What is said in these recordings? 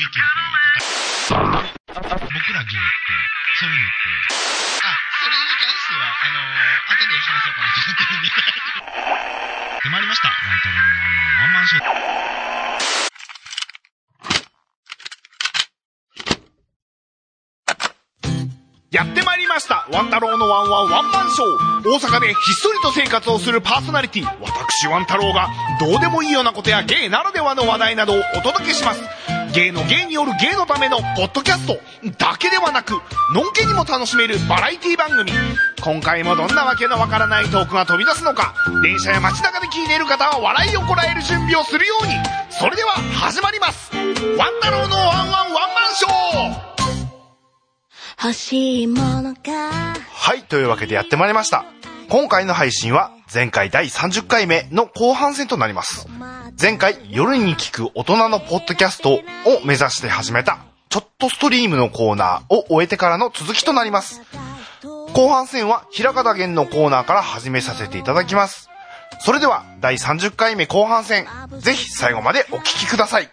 僕ら芸ってそういうのって、それに関しては後で話そうかなと思ってるんで決まりました。ワンタロウのワンマンショー。やってまいりましたワンタロウのワンマンショー。大阪でひっそりと生活をするパーソナリティ私ワンタロウがどうでもいいようなことや芸ならではの話題などをお届けします。芸の芸による芸のためのポッドキャストだけではなく、のんけにも楽しめるバラエティ番組。今回もどんなわけのわからないトークが飛び出すのか、電車や街中で聞いている方は笑いをこらえる準備をするように。それでは始まります、ワンタロウのワンマンショー。 欲しいものが。 はい、というわけでやってまいりました。今回の配信は前回第30回目の後半戦となります。前回夜に聞く大人のポッドキャストを目指して始めたちょっとストリームのコーナーを終えてからの続きとなります。後半戦は平方言のコーナーから始めさせていただきます。それでは第30回目後半戦、ぜひ最後までお聞きください。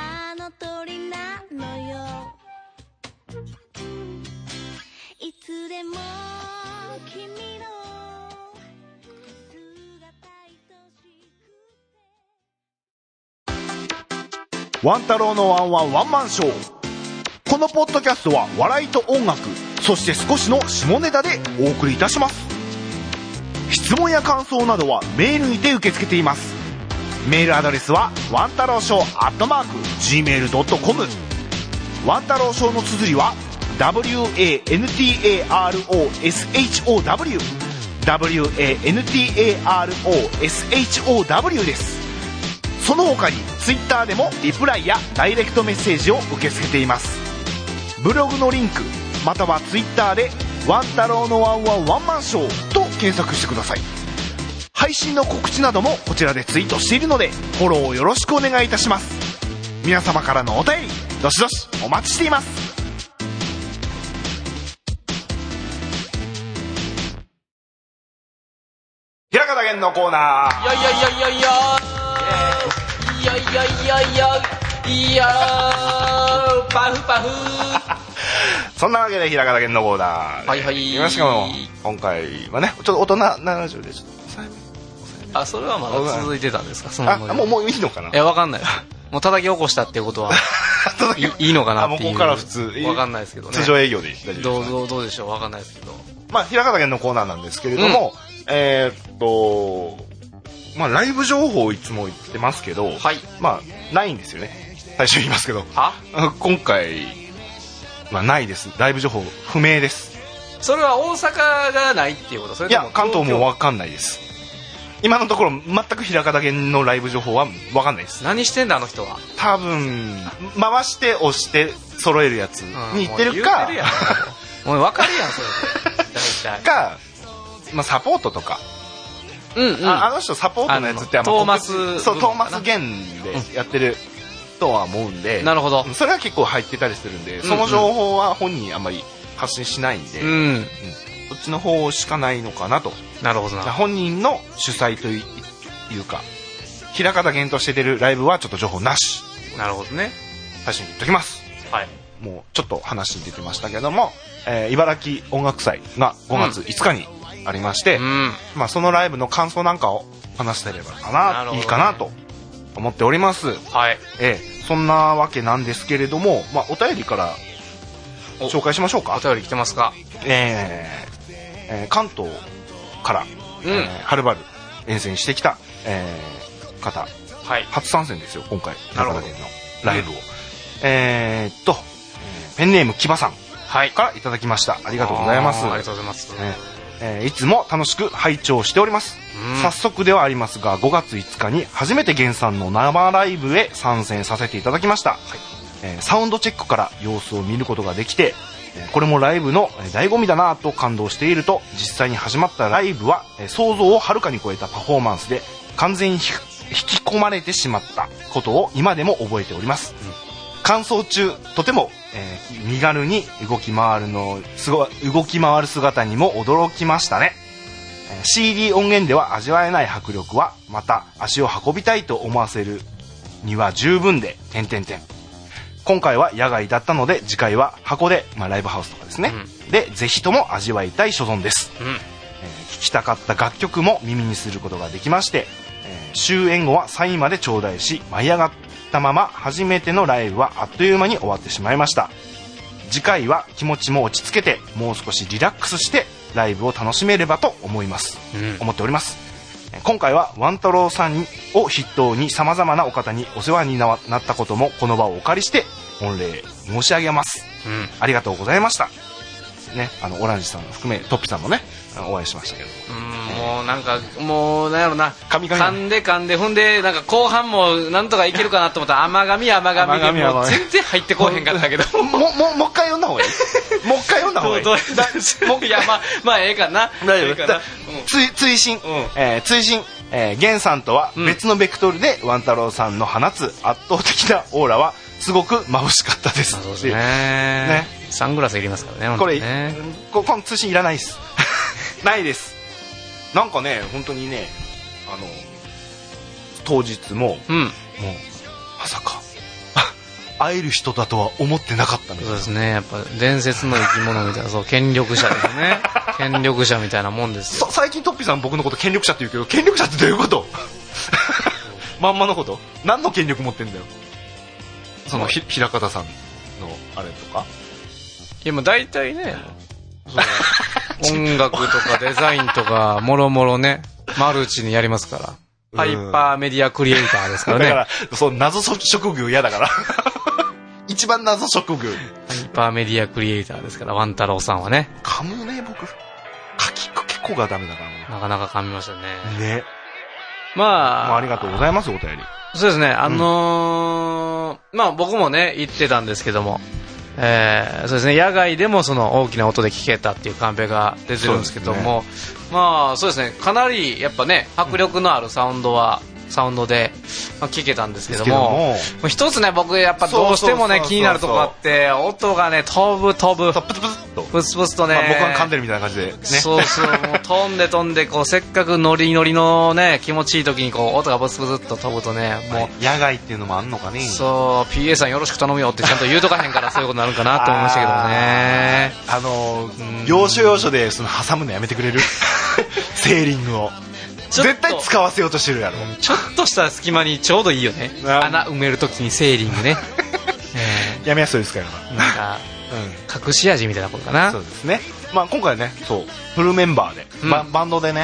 ワンタロウのワンマンショー。このポッドキャストは笑いと音楽、そして少しの下ネタでお送りいたします。質問や感想などはメールにて受け付けています。メールアドレスはワンタロウショー@gmail.com。 ワンタロウショーの綴りは WANTAROSHOW です。その他にツイッターでもリプライやダイレクトメッセージを受け付けています。ブログのリンクまたはツイッターでワンタロウのワンマンショーと検索してください。配信の告知などもこちらでツイートしているのでフォローをよろしくお願いいたします。皆様からのお便りどしどしお待ちしています。平方言のコーナー。 いやパフパフそんなわけで平方言のコーナー。 はいはい。 よろしく。今回はね、ちょっと大人なラジオでちょっと抑えめ。 それはまだ続いてたんですか？そのもういいのかな。 いや、わかんない。もう叩き起こしたっていうことはいいのかなっていう。 もうここから普通わかんないですけどね。 通常営業で大丈夫ですか？ どうでしょう、わかんないですけど。 まあ平方言のコーナーなんですけれども、まあライブ情報をいつも言ってますけど、 はい、 まあないんですよね。最初言いますけど、今回まあないです。ライブ情報不明です。 それは大阪がないっていうこと？それともいや、関東も分かんないです。今のところ全く平方言のライブ情報は分かんないです。 何してんだあの人は。 多分回して押して揃えるやつに行ってるか、 もう分かるやんそれ大体か、まあサポートとか。あの人サポートのやつってトーマス弦でやってるとは思うんで、 なるほど。 それは結構入ってたりするんで、その情報は本人あんまり発信しないんで、そっちの方しかないのかなと。 なるほどな。 本人の主催というか平方言として出るライブはちょっと情報なし。 なるほどね。 最初に言っときます。 はい。 もうちょっと話に出てましたけども、茨城音楽祭が5月5日にありまして、まあそのライブの感想なんかを話せればいいかなと思っております。 はい。 そんなわけなんですけれども、まあお便りから紹介しましょうか。 お便り来てますか？ 関東からはるばる遠征してきた方、初参戦ですよ今回平方言のライブを。ペンネームキバさんからいただきました。ありがとうございます。 ありがとうございます。 いつも楽しく拝聴しております。早速ではありますが5月5日に初めて源さんの生ライブへ参戦させていただきました。サウンドチェックから様子を見ることができて、これもライブの醍醐味だなと感動していると、実際に始まったライブは想像をはるかに超えたパフォーマンスで完全に引き込まれてしまったことを今でも覚えております。完走中とても、身軽に動き回る姿にも驚きましたね。CD 音源では味わえない迫力はまた足を運びたいと思わせるには十分で今回は野外だったので次回は箱で、ライブハウスとかですね、でぜひとも味わいたい所存です、聴きたかった楽曲も耳にすることができまして、終演後はサインまで頂戴し舞い上がったまま初めてのライブはあっという間に終わってしまいました。次回は気持ちも落ち着けてもう少しリラックスしてライブを楽しめればと思っております。今回はワン太郎さんを筆頭に様々なお方にお世話になったこともこの場をお借りして御礼申し上げます、ありがとうございましたね。オランジさん含めトッピさんもねお会いしましたけど、 もうなんかもうなんやろな、噛んで踏んでなんか後半もなんとかいけるかなと思ったら甘噛みでもう全然入ってこへんかったけどもう一回読んだ方がいいもう一回読んだ方がいいいやまあええかな、 大丈夫。追伸ゲンさんとは別のベクトルでワン太郎さんの放つ圧倒的なオーラはすごく眩しかったです。 そうですね。サングラスいりますからね。 これこの通信いらないですないです。なんかね本当にね当日も、もうまさか会える人だとは思ってなかったみたいな。 そうですね。やっぱ伝説の生き物みたいな、そう権力者ですね権力者みたいなもんですよ。 最近トッピーさん僕のこと権力者って言うけど、権力者ってどういうことまんまのこと？何の権力持ってんだよ。その平方さんのあれとか。 いやもう大体ね音楽とかデザインとかもろもろねマルチにやりますから。ハイパーメディアクリエイターですからね。 だからそう謎職業嫌だから一番謎職業。 ハイパーメディアクリエイターですからワン太郎さんはね。 噛むね僕。かきくけこがダメだから。 なかなか噛みましたね。 ね。 まあありがとうございますお便り。 そうですね。僕もね言ってたんですけども。そうですね、野外でもその大きな音で聞けたっていうカンペが出てるんですけども、そうですね、かなりやっぱね迫力のあるサウンドで聞けたんですけども、一つね僕やっぱどうしてもね気になるとこあって、音がね飛ぶプスプスとね、 僕は噛んでるみたいな感じでね。 そうもう飛んでこうせっかくノリノリのね気持ちいい時にこう音がブスブスっと飛ぶとね、もう野外っていうのもあんのかね。 そう PA さんよろしく頼むよってちゃんと言うとかへんからそういうことになるんかなと思いましたけどね。 要所でその挟むのやめてくれるセーリングを絶対使わせようとしてるやろ。 ちょっとした隙間にちょうどいいよね。穴埋めるときにセーリングねやめやすいですからなんか、隠し味みたいなことかな。 そうですね。今回ねフルメンバーで、バンドでね、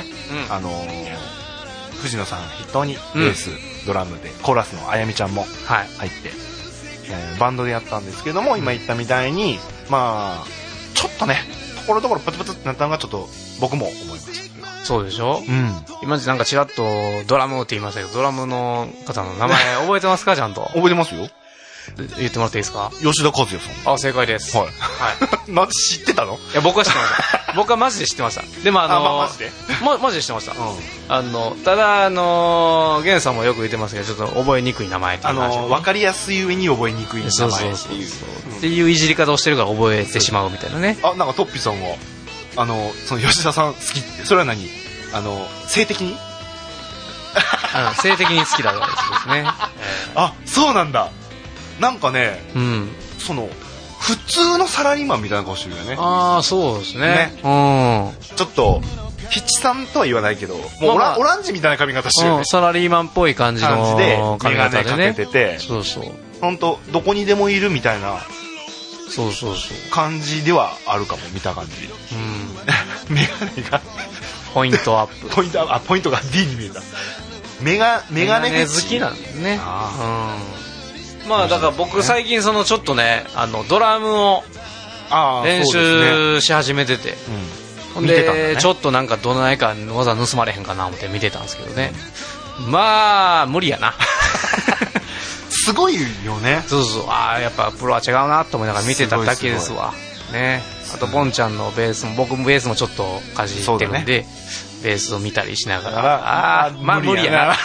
藤野さん筆頭にベース、ドラムでコーラスのあやみちゃんも入って、バンドでやったんですけども、今言ったみたいにちょっとねところどころプツプツってなったのがちょっと僕も思いました。 そうでしょ、今なんかちらっとドラムって言いましたけど、ドラムの方の名前覚えてますか？ちゃんと覚えてますよ。 言ってもらっていいですか？ 吉田和也さん。 あ、正解です。 なんで知ってたの？いや僕は知ってました僕はマジで知ってました。でもマジでマジで知ってました。ただゲンさんもよく言ってますけど、ちょっと覚えにくい名前っていう話、 分かりやすい上に覚えにくい名前っていういじり方をしてるから覚えてしまうみたいなね。 なんかトッピーさんはその吉田さん好きって、それは何？性的に性的に好きだからですねそうなんだ。なんかね、その普通のサラリーマンみたいな顔してるよね。 そうですね。 ちょっとヒッチさんとは言わないけど、もうオランジみたいな髪型してるよね。 サラリーマンっぽい感じの髪型でね。 メガネかけてて、本当どこにでもいるみたいな感じではあるかも、見た感じ。メガネがポイントアップ。 ポイントが D に見えた。メガネ好きなんですね。だから僕最近ちょっとねドラムを練習し始めてて、ほんでちょっとなんかどないか技盗まれへんかな思って見てたんですけどね、無理やなすごいよね。 やっぱプロは違うなと思いながら見てただけですわね。あとボンちゃんのベースも、僕もベースもちょっとかじってるんで、ベースを見たりしながら無理やな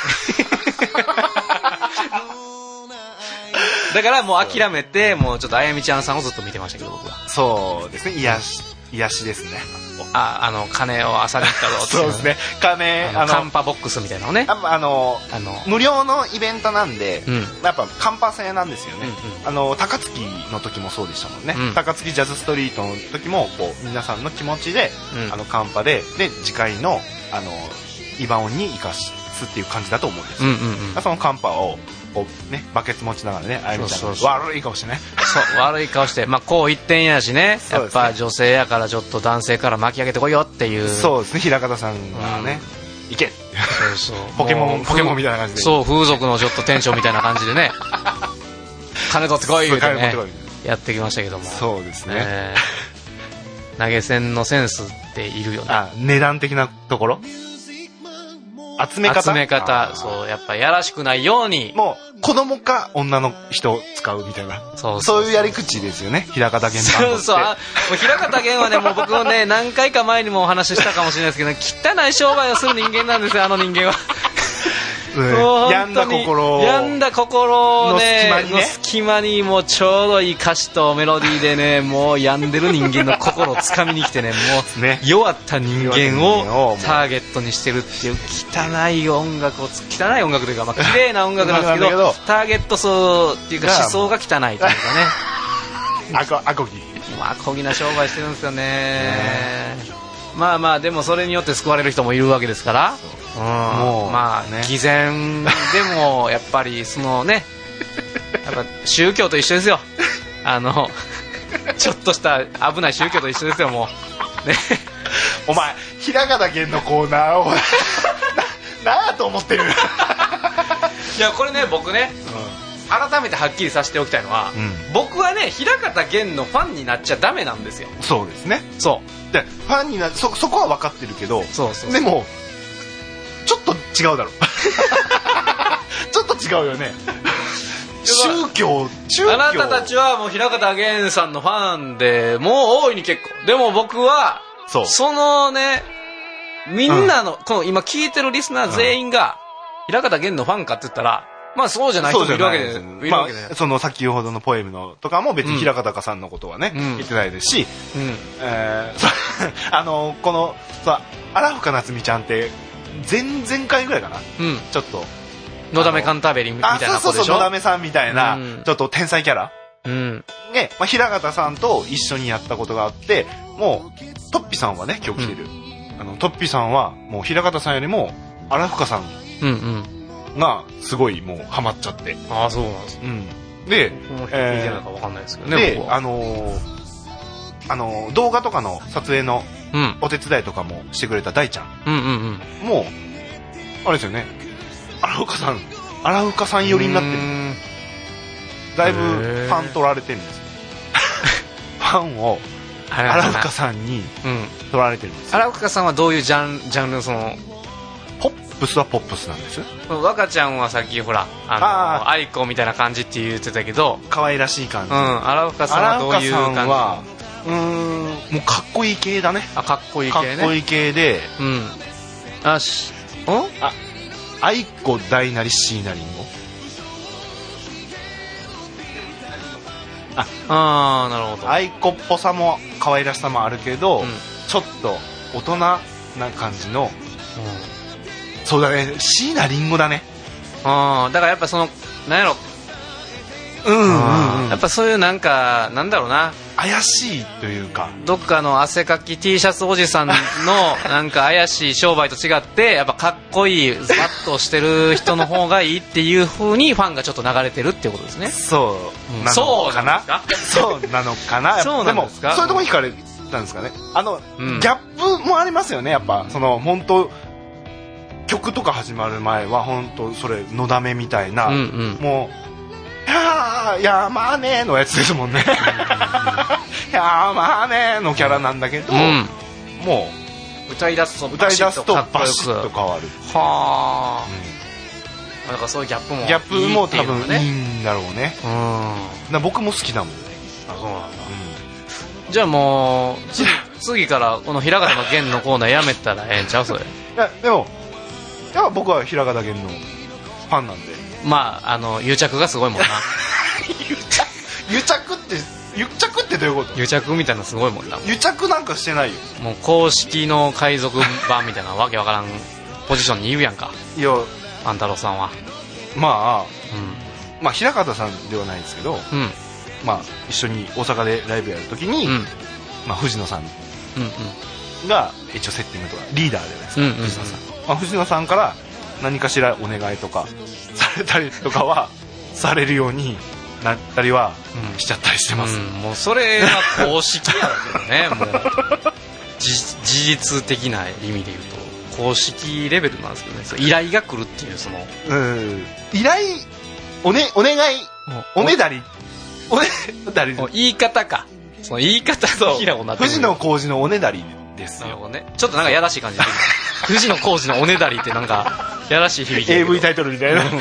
だからもう諦めて、もうちょっとあやみちゃんさんをずっと見てましたけど、僕は。 そうですね、癒しですね。 金を朝に行ったぞっていうそうですね、金カンパボックスみたいなのね、 無料のイベントなんで、 うん、 やっぱカンパ制なんですよね、 うんうん、 高槻の時もそうでしたもんね、 うん、 高槻ジャズストリートの時もこう皆さんの気持ちで、うん、カンパで次回のイバオンに生かすっていう感じだと思うんですよ、うんうんうん、そのカンパをこうね、バケツ持ちながらね、あゆみちゃんが悪い顔してね、 そう悪い顔して、まあこう一点やしね、やっぱ女性やからちょっと男性から巻き上げてこいよっていう、 そうですね、平方さんがね、行け、 そうポケモンみたいな感じで、 そう風俗のちょっと店長みたいな感じでね金取ってこい言うてねやってきましたけども、 そうですね、 投げ銭のセンスっているよね、 値段的なところ、集め方、 そうやっぱやらしくないように、 もう子供か女の人を使うみたいな、そういうやり口ですよね、平方源バンドって。そうもう平方源はね、もう僕もね何回か前にもお話ししたかもしれないですけど、汚い商売をする人間なんですよ、あの人間は。 病んだ心の隙間にもうちょうどいい歌詞とメロディーでね、もう病んでる人間の心をつかみに来てね、もうね、弱った人間をターゲットにしてるっていう汚い音楽というか、まあ綺麗な音楽なんですけどターゲット層っていうか思想が汚いというかねアコギな商売してるんですよね。まあまあでもそれによって救われる人もいるわけですから、もうまあね、偽善でもやっぱりそのねやっぱ宗教と一緒ですよ、ちょっとした危ない宗教と一緒ですよ、もうね。 お前平方源のコーナーを何やと思ってるいやこれね、僕ね、改めてはっきりさせておきたいのは、僕はね平方源のファンになっちゃダメなんですよ。 そうですね、 そうでファンになそこは分かってるけど、でもちょっと違うだろちょっと違うよね宗教あなたたちはもう平方源さんのファンでもう大いに結構、でも僕はそのね、みんなの、この今聞いてるリスナー全員が平方源のファンかって言ったら、まあそうじゃない人もいるわけで、 まあその先ほどのポエムのとかも別に平方さんのことはね、言ってないですし、この荒深夏美ちゃんって前々回ぐらいかな、ちょっとのだめカンターベリみたいな子でしょ。 そうのだめさんみたいな、ちょっと天才キャラ、ね、平方さんと一緒にやったことがあって、もうトッピさんはね今日来てる、トッピさんはもう平方さんよりも荒深さんがすごいもうハマっちゃって、 ああそうなんです、 で、 わかんないですけどね、 で動画とかの撮影のお手伝いとかもしてくれた大ちゃん、もうあれですよね、荒深さん寄りになってる、だいぶファン取られてるんですファンを荒深さんに取られてるんです。 荒深さんはどういうジャンル、そのポップスはポップスなんです。 若ちゃんはさっきほらアイコみたいな感じって言ってたけど、 可愛らしい感じ。 荒深さんはどういう感じ？ もうかっこいい系だね。 かっこいい系ね。 かっこいい系で、アイコ大なりシーなりんご。 なるほど。 アイコっぽさも可愛らしさもあるけど、ちょっと大人な感じの、そうだね、椎名林檎だね。 だからやっぱそのなんやろ、やっぱそういうなんだろうな、 怪しいというか、 どっかの汗かき T シャツおじさんのなんか怪しい商売と違って、やっぱかっこいいバッとしてる人の方がいいっていう風にファンがちょっと流れてるっていうことですね。 そうなのかな。そうなのかな。 そうなんですか。 そういうところに惹かれたんですかね。ギャップもありますよね。やっぱその本当曲とか始まる前は本当それのだめみたいな、もうやまあねーのやつですもんね。やまあねーのキャラなんだけど、もう歌い出すとバシッと変わる。 はあ。だからそういうギャップも多分いいんだろうね。僕も好きだもんね。 そうなんだ。じゃあもう次からこの平方の弦のコーナーやめたらええんちゃうそれ。いやでも僕は平方弦のファンなんで。 まあ癒着がすごいもんな。 癒着って癒着ってどういうこと？ 癒着みたいなのすごいもんな。 癒着なんかしてないよ。 もう公式の海賊版みたいなわけわからんポジションにいるやんか。 いや、 万太郎さんは。 まあ、 うまあ平方さんではないですけど、 ん。うん。 まあ一緒に大阪でライブやるときに、 うん。 まあ藤野さんうん。 が一応セッティングとかリーダーじゃないですか、 うんうんうん藤野さん。まあ藤野さんから何かしらお願いとかされたりとかはされるようになったりはしちゃったりしてます。 もうそれは公式やろけどね。もう事実的な意味で言うと公式レベルなんですけどね。そう依頼が来るっていうその依頼お願いおねだりもう言い方か。その言い方が平子になってる。 藤野浩二のおねだりですよ。 なるほどね。ちょっとなんかやらしい感じで藤野浩二のおねだりってなんかやらしい響き。 AV タイトルみたいな。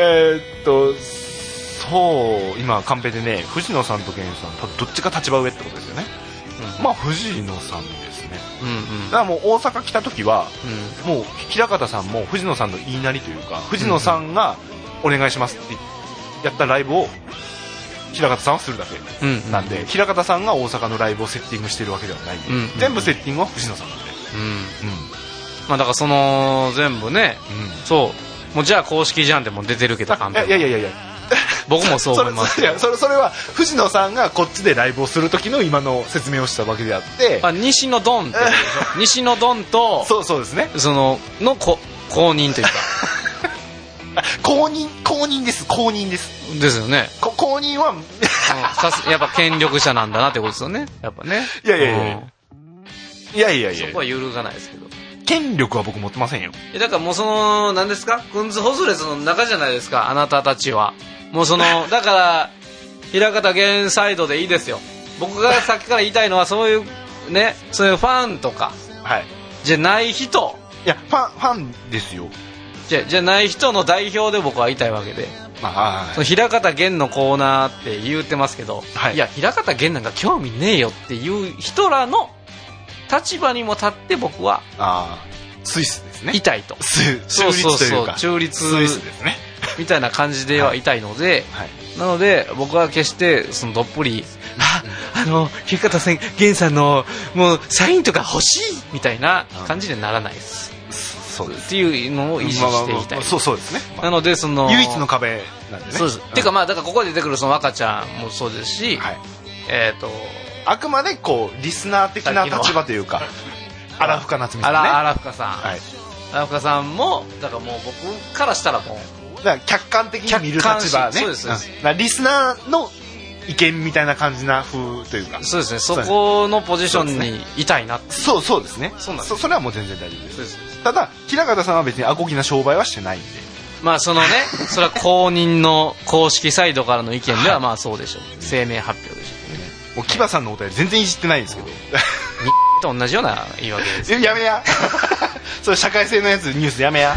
そう今カンペでね、藤野さんと源さん多分どっちが立場上ってことですよね。まあ藤野さんですね。だからもう大阪来た時は、もう平方さんも藤野さんの言いなりというか、藤野さんがお願いしますってやったライブを平方さんはするだけなんで、平方さんが大阪のライブをセッティングしてるわけではないんで、全部セッティングは藤野さんなんで、 まあだからその全部ね、そうもうじゃあ公式じゃんでも出てるけど、カンペ。 いや僕もそう思います。 それは藤野さんがこっちでライブをする時の今の説明をしたわけであって、 西野ドンって西野ドンとそうですね、 その公認というか公認ですですよね。 公認はやっぱ権力者なんだなってことですよね。やっぱね。 いやそこは揺るがないですけど。 権力は僕持ってませんよ。 だからもうその何ですか、クンズホズレスの中じゃないですか、あなたたちは。もうそのだから平方源サイドでいいですよ。僕がさっきから言いたいのはそういうね、そういうファンとか、じゃない人、 いやファンですよ。 じゃない人の代表で僕は言いたいわけで、その平方源のコーナーって言ってますけど、いや平方源なんか興味ねえよっていう人らの立場にも立って僕はスイスですね、 痛いと。 中立というか中立スイスですねみたいな感じでは痛いので、なので僕は決してそのどっぷり平方源さんのもうサインとか欲しいみたいな感じにならないです。 そうですっていうのを維持していきたい。 そうですね。 なのでその唯一の壁なんでね。 そうです。てかまあだからここで出てくるその若ちゃんもそうですし、 あくまでこうリスナー的な立場というか、荒深夏美さんね。 荒深さん。荒深さんもだからもう僕からしたらもうだから客観的に見る立場ね。 そうです。 リスナーの意見みたいな感じな風というか。 そうですね。そこのポジションにいたいなって。 そうですね。それはもう全然大丈夫です。ただ平方さんは別にアコギな商売はしてないんで。 まあそのね、それは公認の公式サイドからの意見ではまあそうでしょう。声明発表でしょうね。 もうキバさんのお便り全然いじってないんですけど。 と同じような言い訳です。 やめや。それ社会性のやつニュースやめや。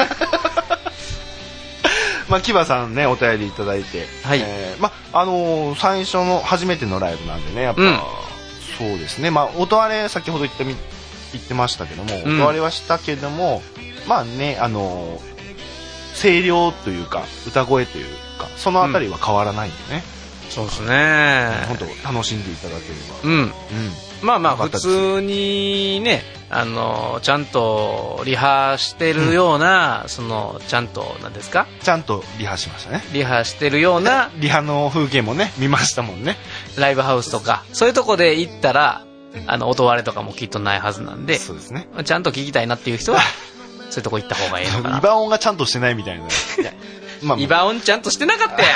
まあキバさんねお便りいただいて、最初の初めてのライブなんでね、やっぱ、そうですね。まあ音割れ先ほど言ってましたけども、音割れはしたけども、まあね声量というか歌声というかそのあたりは変わらないんでね。 そうですね。 本当楽しんでいただければ。 まあまあ普通にね、ちゃんとリハしてるような、そのちゃんと何ですか？ ちゃんとリハしましたね。 リハしてるようなリハの風景もね見ましたもんね。 ライブハウスとかそういうとこで行ったら音割れとかもきっとないはずなんで、 そうですね。 ちゃんと聞きたいなっていう人はそういうとこ行った方がいいのかな。 イバ音がちゃんとしてないみたいな。 イバ音ちゃんとしてなかったやん。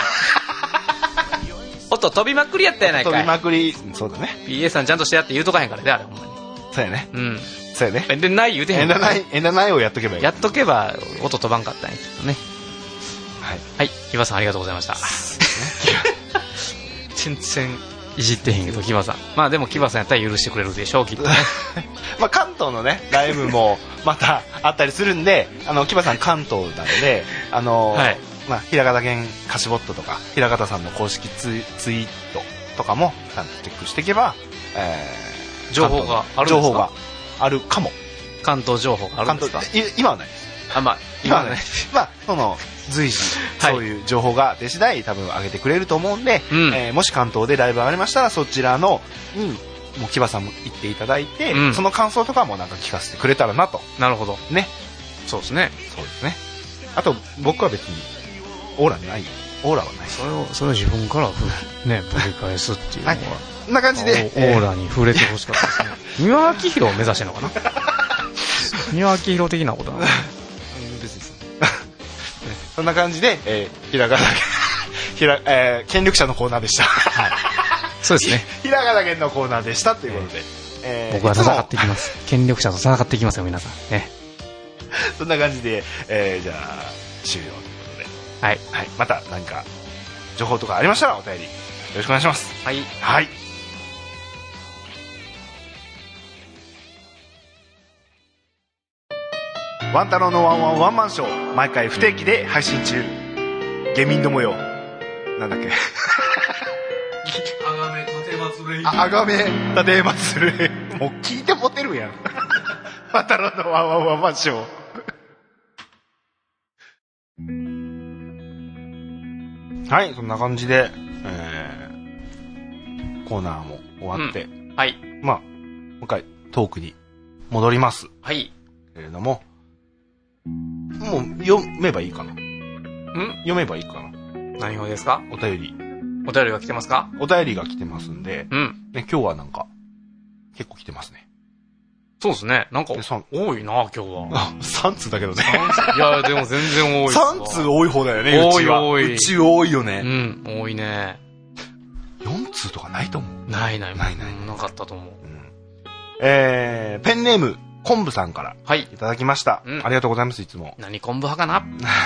音飛びまくりやったやないかい。 飛びまくり、そうだね。 PA さんちゃんとしてやって言うとかへんからね、あれほんまに。 そうやね。そうやね。 エンデない言うてへん。 エンダないをやっとけばいい。 やっとけば音飛ばんかったんやけどね。はい。キバさんありがとうございました。全然いじってへんけど、キバさん。まあでもキバさんやったら許してくれるでしょう、きっとね。 まあ関東のね、ライブもまたあったりするんで、キバさん関東なんで、まあ、平方源歌詞ボットとか平方さんの公式ツイートとかもちゃんとチェックしていけば、 情報があるんですか？ 情報があるかも。 関東情報があるんですか？ 今はないです。 まあ今ね、まあ、随時、 はいそういう情報が出次第多分上げてくれると思うんで、 うんもし関東でライブ上がりましたら、そちらの、もう木場さんも行っていただいて、 うんその感想とかもなんか聞かせてくれたらなと。 なるほど。 ね。 そうですね。 そうですね。あと、僕は別に、オーラはない。 それを自分からね、ぶり返すっていうのは。 こんな感じで。 オーラに触れてほしかったですね。三輪明宏を目指してるのかな三輪明宏的なことなのかな別にそんな感じで、ひらがな権力者のコーナーでした。はい。 そうですね。 ひらがな県のコーナーでしたということで。 僕は戦っていきます。権力者と戦っていきますよ、皆さん。 そんな感じで、じゃあ、終了ということで。 はい。 はい。また何か、情報とかありましたらお便り、よろしくお願いします。 はい。 はい。ワン太郎のワンワンワンマンショー、毎回不定期で配信中。下民どもよ。なんだっけ。 あがめ立て祭り。 あがめ立て祭り。もう聞いてモテるやん。ワン太郎のワンワンワンマンショー。はい、そんな感じで、コーナーも終わって、 はい。 まあ、もう一回トークに戻ります。 はい。 けれども、もう読めばいいかな。読めばいいかな。 何をですか？ お便り。 お便りが来てますか？ お便りが来てますんで、ね、今日はなんか、結構来てますね。 そうですね。なんか、多いな、今日は。 3通だけどね。 いや、でも全然多い。 3通多い方だよね、 多い多い。 うち多いよね。 多いね。 4通とかないと思う。 ない。なかったと思う。 ペンネーム、昆布さんから、いただきました。ありがとうございます、いつも。 何昆布派かな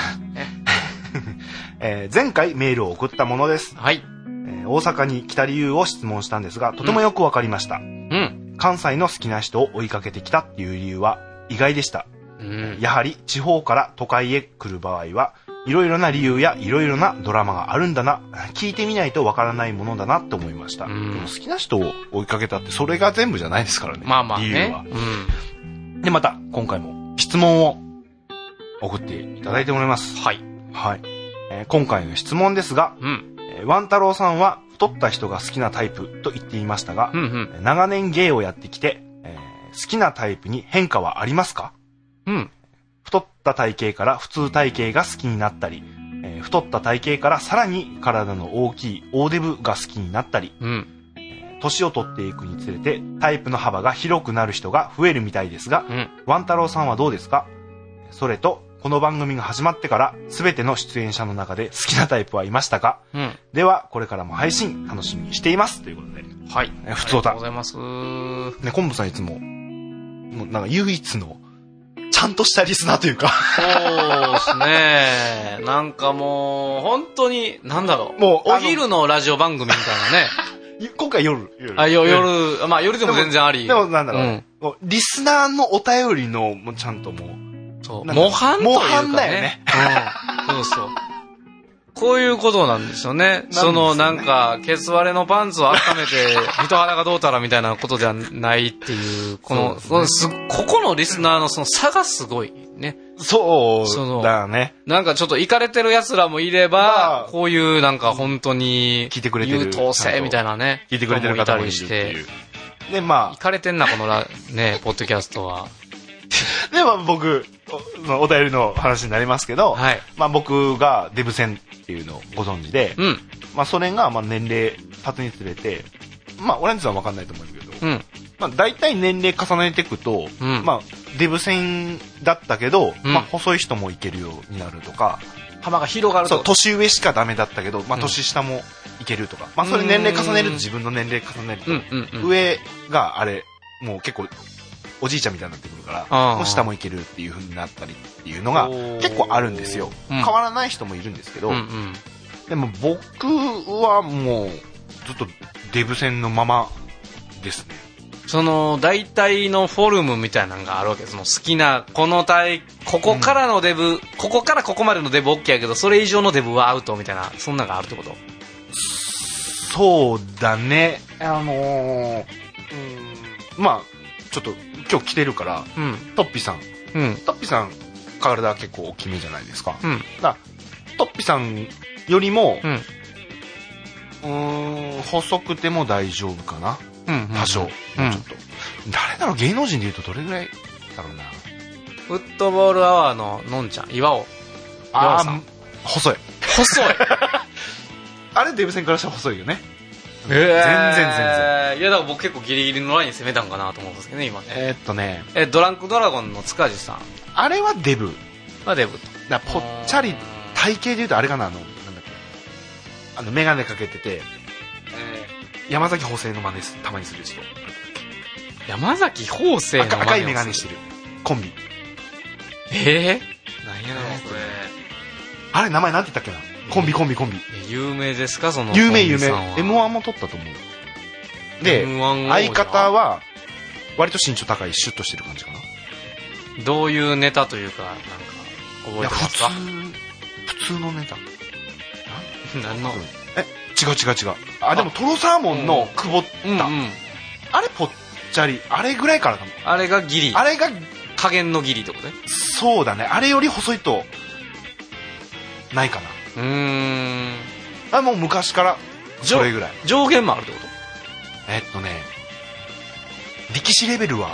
前回メールを送ったものです。 はい。 大阪に来た理由を質問したんですが、とてもよくわかりました。関西の好きな人を追いかけてきたっていう理由は意外でした。やはり地方から都会へ来る場合はいろいろな理由やいろいろなドラマがあるんだな、聞いてみないとわからないものだなって思いました。でも好きな人を追いかけたってそれが全部じゃないですからね。 まあまあね。 理由は。で、また今回も質問を送っていただいております。 はい。 はい。今回の質問ですが、ワン太郎さんは太った人が好きなタイプと言っていましたが、長年芸をやってきて、好きなタイプに変化はありますか？太った体型から普通体型が好きになったり、太った体型からさらに体の大きい大デブが好きになったり、年を取っていくにつれてタイプの幅が広くなる人が増えるみたいですが、ワン太郎さんはどうですか？それと、この番組が始まってから全ての出演者の中で好きなタイプはいましたか？ではこれからも配信楽しみにしていますということで、 はい、 ふつおた。 ありがとうございます。 ね、昆布さんいつももうなんか唯一のちゃんとしたリスナーというか、 そうですね。なんかもう本当になんだろう。もうお昼のラジオ番組みたいなね。 今回夜。 夜、まあ夜でも全然あり。 でもなんだろう。もうリスナーのお便りのもうちゃんともう。 模範というかね。 模範だよね。 そうそう。こういうことなんですよね。そのなんか、ケツ割れのパンツを温めて、人肌がどうたらみたいなことではないっていう、ここのリスナーのその差がすごいね。 そうだね。 なんかちょっとイカれてる奴らもいれば、こういうなんか本当に、 聞いてくれてる。 優等生みたいなね。 聞いてくれてる方もいるっていう。で、まあ。 イカれてんな、このね、ポッドキャストは。 でも僕、お便りの話になりますけど、まあ僕がデブ戦っていうのをご存知で、まあそれがまあ年齢経つにつれて、まあオレンジさんは分かんないと思うけど、まあ大体年齢重ねていくと、まあデブ戦だったけど、まあ細い人もいけるようになるとか、 幅が広がると。 そう、年上しかダメだったけど、まあ年下もいけるとか、まあそれ年齢重ねると自分の年齢重ねると、上があれ、もう結構、おじいちゃんみたいになってくるから、下もいけるっていう風になったりっていうのが結構あるんですよ。変わらない人もいるんですけど、でも僕はもうずっとデブ戦のままですね。 その大体のフォルムみたいなのがあるわけです。その好きなここからのデブ、ここからここまでのデブ OK やけど、それ以上のデブはアウトみたいな、そんなのがあるってこと？ そうだね。まあちょっと今日来てるから、トッピさん。トッピさん体結構大きめじゃないですか。 うん。 だトッピさんよりも、 うん。 細くても大丈夫かな。 うん。 多少。 うんもうちょっと。誰だろう、芸能人で言うとどれぐらいだろうな。 フットボールアワーののんちゃん、岩尾。岩尾さん。 細い。 細い。 あれデブ戦からしたら細いよね。 全然全然。 いや、だから僕結構ギリギリのライン攻めたんかなと思うんですけどね、今ね。ドランクドラゴンの塚地さんあれはデブ。 はデブと。 だぽっちゃり、体型で言うとあれかな、なんだっけ。メガネかけてて、山崎邦生の真似たまにする人。 山崎邦生の真似赤いメガネしてる。コンビ。 何やろう、これ。 あれ、名前なんて言ったっけな。コンビ。 有名ですか、その。 有名。M1 も取ったと思う。で、相方は、割と身長高い、シュッとしてる感じかな。 どういうネタというか、なんか、覚えてますか？ 普通のネタ。 何の？ 違う。あ、でもトロサーモンの久保田。あれぽっちゃり。あれぐらいからかも。 あれがギリ。 あれが、 加減のギリってことね。 そうだね。あれより細いと、ないかな。あ、もう昔から、それぐらい。 上限もあるってこと？ 力士レベルは、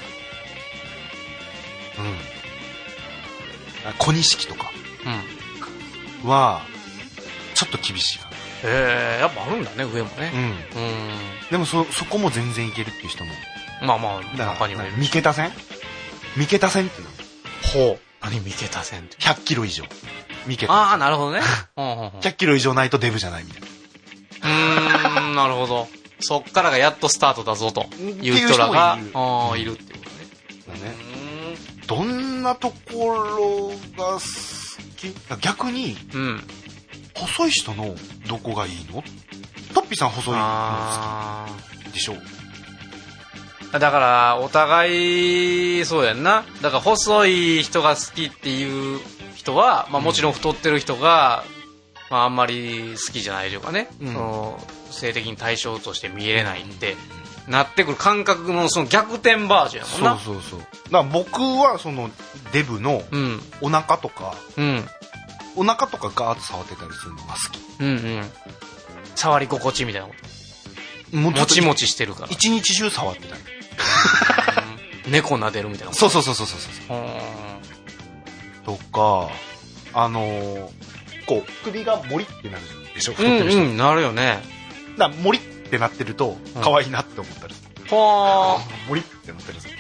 小錦とかは、ちょっと厳しいかな。 やっぱあるんだね、上もね。 でもそこも全然いけるっていう人も。 まあ、中にはいる。 三桁戦っての？ほう。何三桁戦って？ 100 キロ以上。三桁。 ああ、なるほどね。 100キロ以上ないとデブじゃないみたいな。 なるほど。そっからがやっとスタートだぞという人らがいるっていうことね。 どんなところが好き？逆に、細い人のどこがいいの？トッピーさん細いの好きでしょ？ だからお互いそうやんな。だから細い人が好きっていう人は、もちろん太ってる人が、あんまり好きじゃないというかね、その性的に対象として見えれないってなってくる感覚のその逆転バージョンやもんな。 そう。だから僕はそのデブのお腹とか、お腹とかガーッと触ってたりするのが好き。 触り心地みたいなこと。もちもちしてるから。 一日中触ってたり。 猫撫でるみたいなこと。 そう。とか、こう首がモリってなるでしょ。太ってる人。 なるよね。 だからモリってなってると可愛いなって思ったりする。モリってなったりする。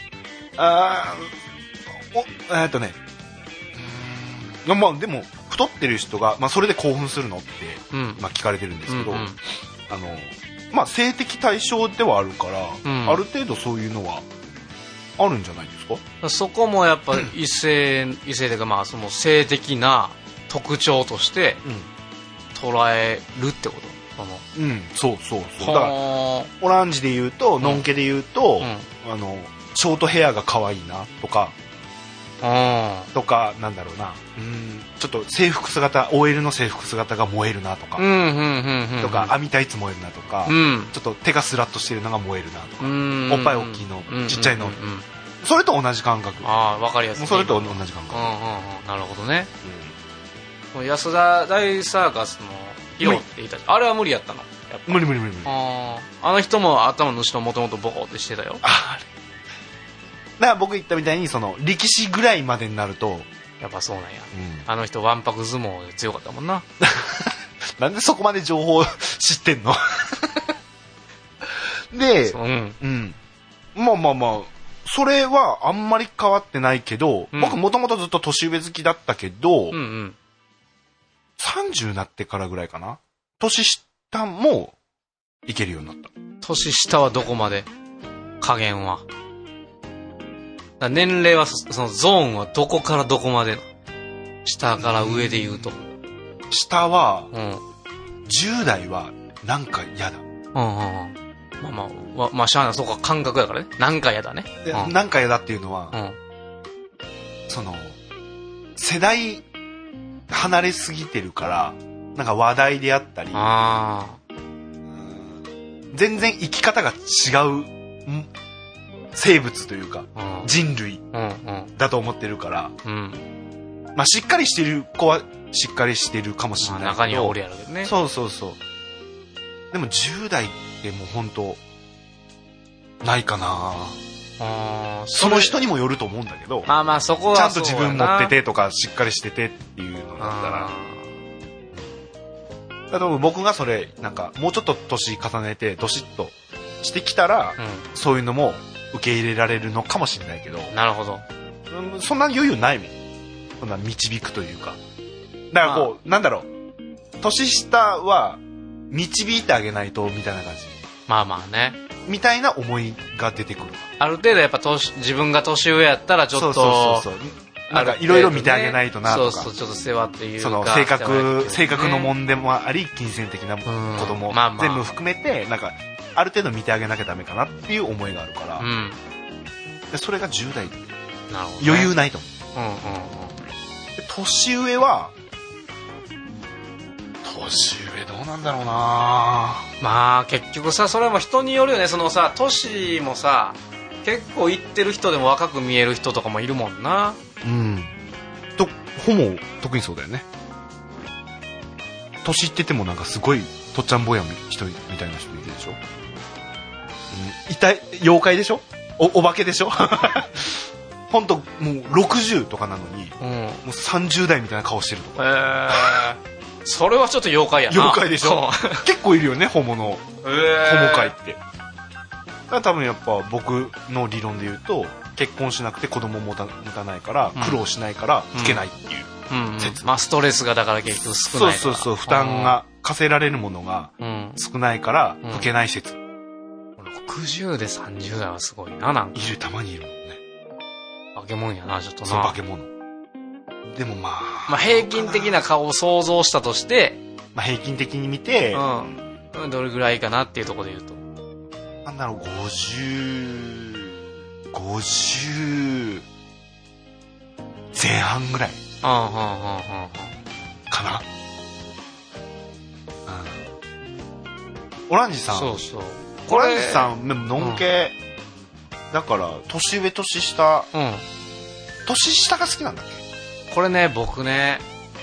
でも太ってる人が、それで興奮するのって、聞かれてるんですけど、性的対象ではあるから、ある程度そういうのはあるんじゃないですか。 そこもやっぱ異性というか、その性的な特徴として捉えるってこと。 そう。だからオランジで言うと、ノンケで言うと、ショートヘアが可愛いなとか。なんだろうな、ちょっと制服姿、 OL の制服姿が燃えるなとか、とか網タイツ燃えるなとか、ちょっと手がスラッとしてるのが燃えるなとか、おっぱい大きいの、ちっちゃいの、それと同じ感覚。 わかりやすい。 それと同じ感覚。 なるほどね。安田大サーカスのヒロって言ったあれは無理やったの？ 無理。 あの人も頭の後ろもともとボコってしてたよ。 だから僕言ったみたいにその力士ぐらいまでになるとやっぱそうなんや、あの人わんぱく相撲で強かったもんな。 なんでそこまで情報知ってんの？で、それはあんまり変わってないけど、僕もともとずっと年上好きだったけど、30になってからぐらいかな、年下もいけるようになった。 年下はどこまで？加減は年齢はそのゾーンはどこからどこまでの？下から上で言うと。 下は、10代はなんか嫌だ。 しゃあない、そこは感覚だからね。なんか嫌だね。 なんか嫌だっていうのは、その世代離れすぎてるから、なんか話題であったり、全然生き方が違う生物というか、人類だと思ってるから、 まあしっかりしてる子はしっかりしてるかもしれないけど、 中にはおるやろうけどね。 そうそうそう。でも10代ってもう本当ないかな。その人にもよると思うんだけど、 まあまあそこはちゃんと自分持っててとかしっかりしててっていうのだったら、多分僕がそれなんかもうちょっと年重ねてどしっとしてきたら、そういうのも受け入れられるのかもしれないけど、 なるほど。 そんな余裕ないもん。そんな導くというか、だからこう、なんだろう、年下は導いてあげないとみたいな感じ、 まあまあね、 みたいな思いが出てくる。 ある程度やっぱ自分が年上やったらちょっとそうなんかいろいろ見てあげないとなとか、 そうちょっと世話っていうか、 その性格の問題もあり、金銭的なことも全部含めて、なんかある程度見てあげなきゃダメかなっていう思いがあるから、でそれが10代って余裕ないと思う。で年上は年上どうなんだろうな。 まあ結局さ、それも人によるよね。そのさ、年もさ、結構いってる人でも若く見える人とかもいるもんな。 ほぼ特にそうだよね。年いっててもなんかすごいとっちゃん坊や人みたいな人いるでしょ。妖怪でしょ、お化けでしょほんともう60とかなのに、もう30代みたいな顔してるとか、 それはちょっと妖怪やな。 妖怪でしょ結構いるよね、ホモ界って。だから多分やっぱ僕の理論で言うと、結婚しなくて子供持たないから苦労しないから老けないっていう説。 まあストレスがだから結局少ないから。 そう負担が課せられるものが少ないから老けない説。 60で30代はすごいな。なんかたまにいるもんね。 化け物やな、ちょっとな。 そう、化け物。でもまあ平均的な顔を想像したとして、 平均的に見て、 どれぐらいかなっていうところで言うと、 なんだろう、50前半ぐらいかな。オランジさん、 そうそう、 オランジさんでものんけ、だから年上年下、年下が好きなんだっけ。 これね、僕ね、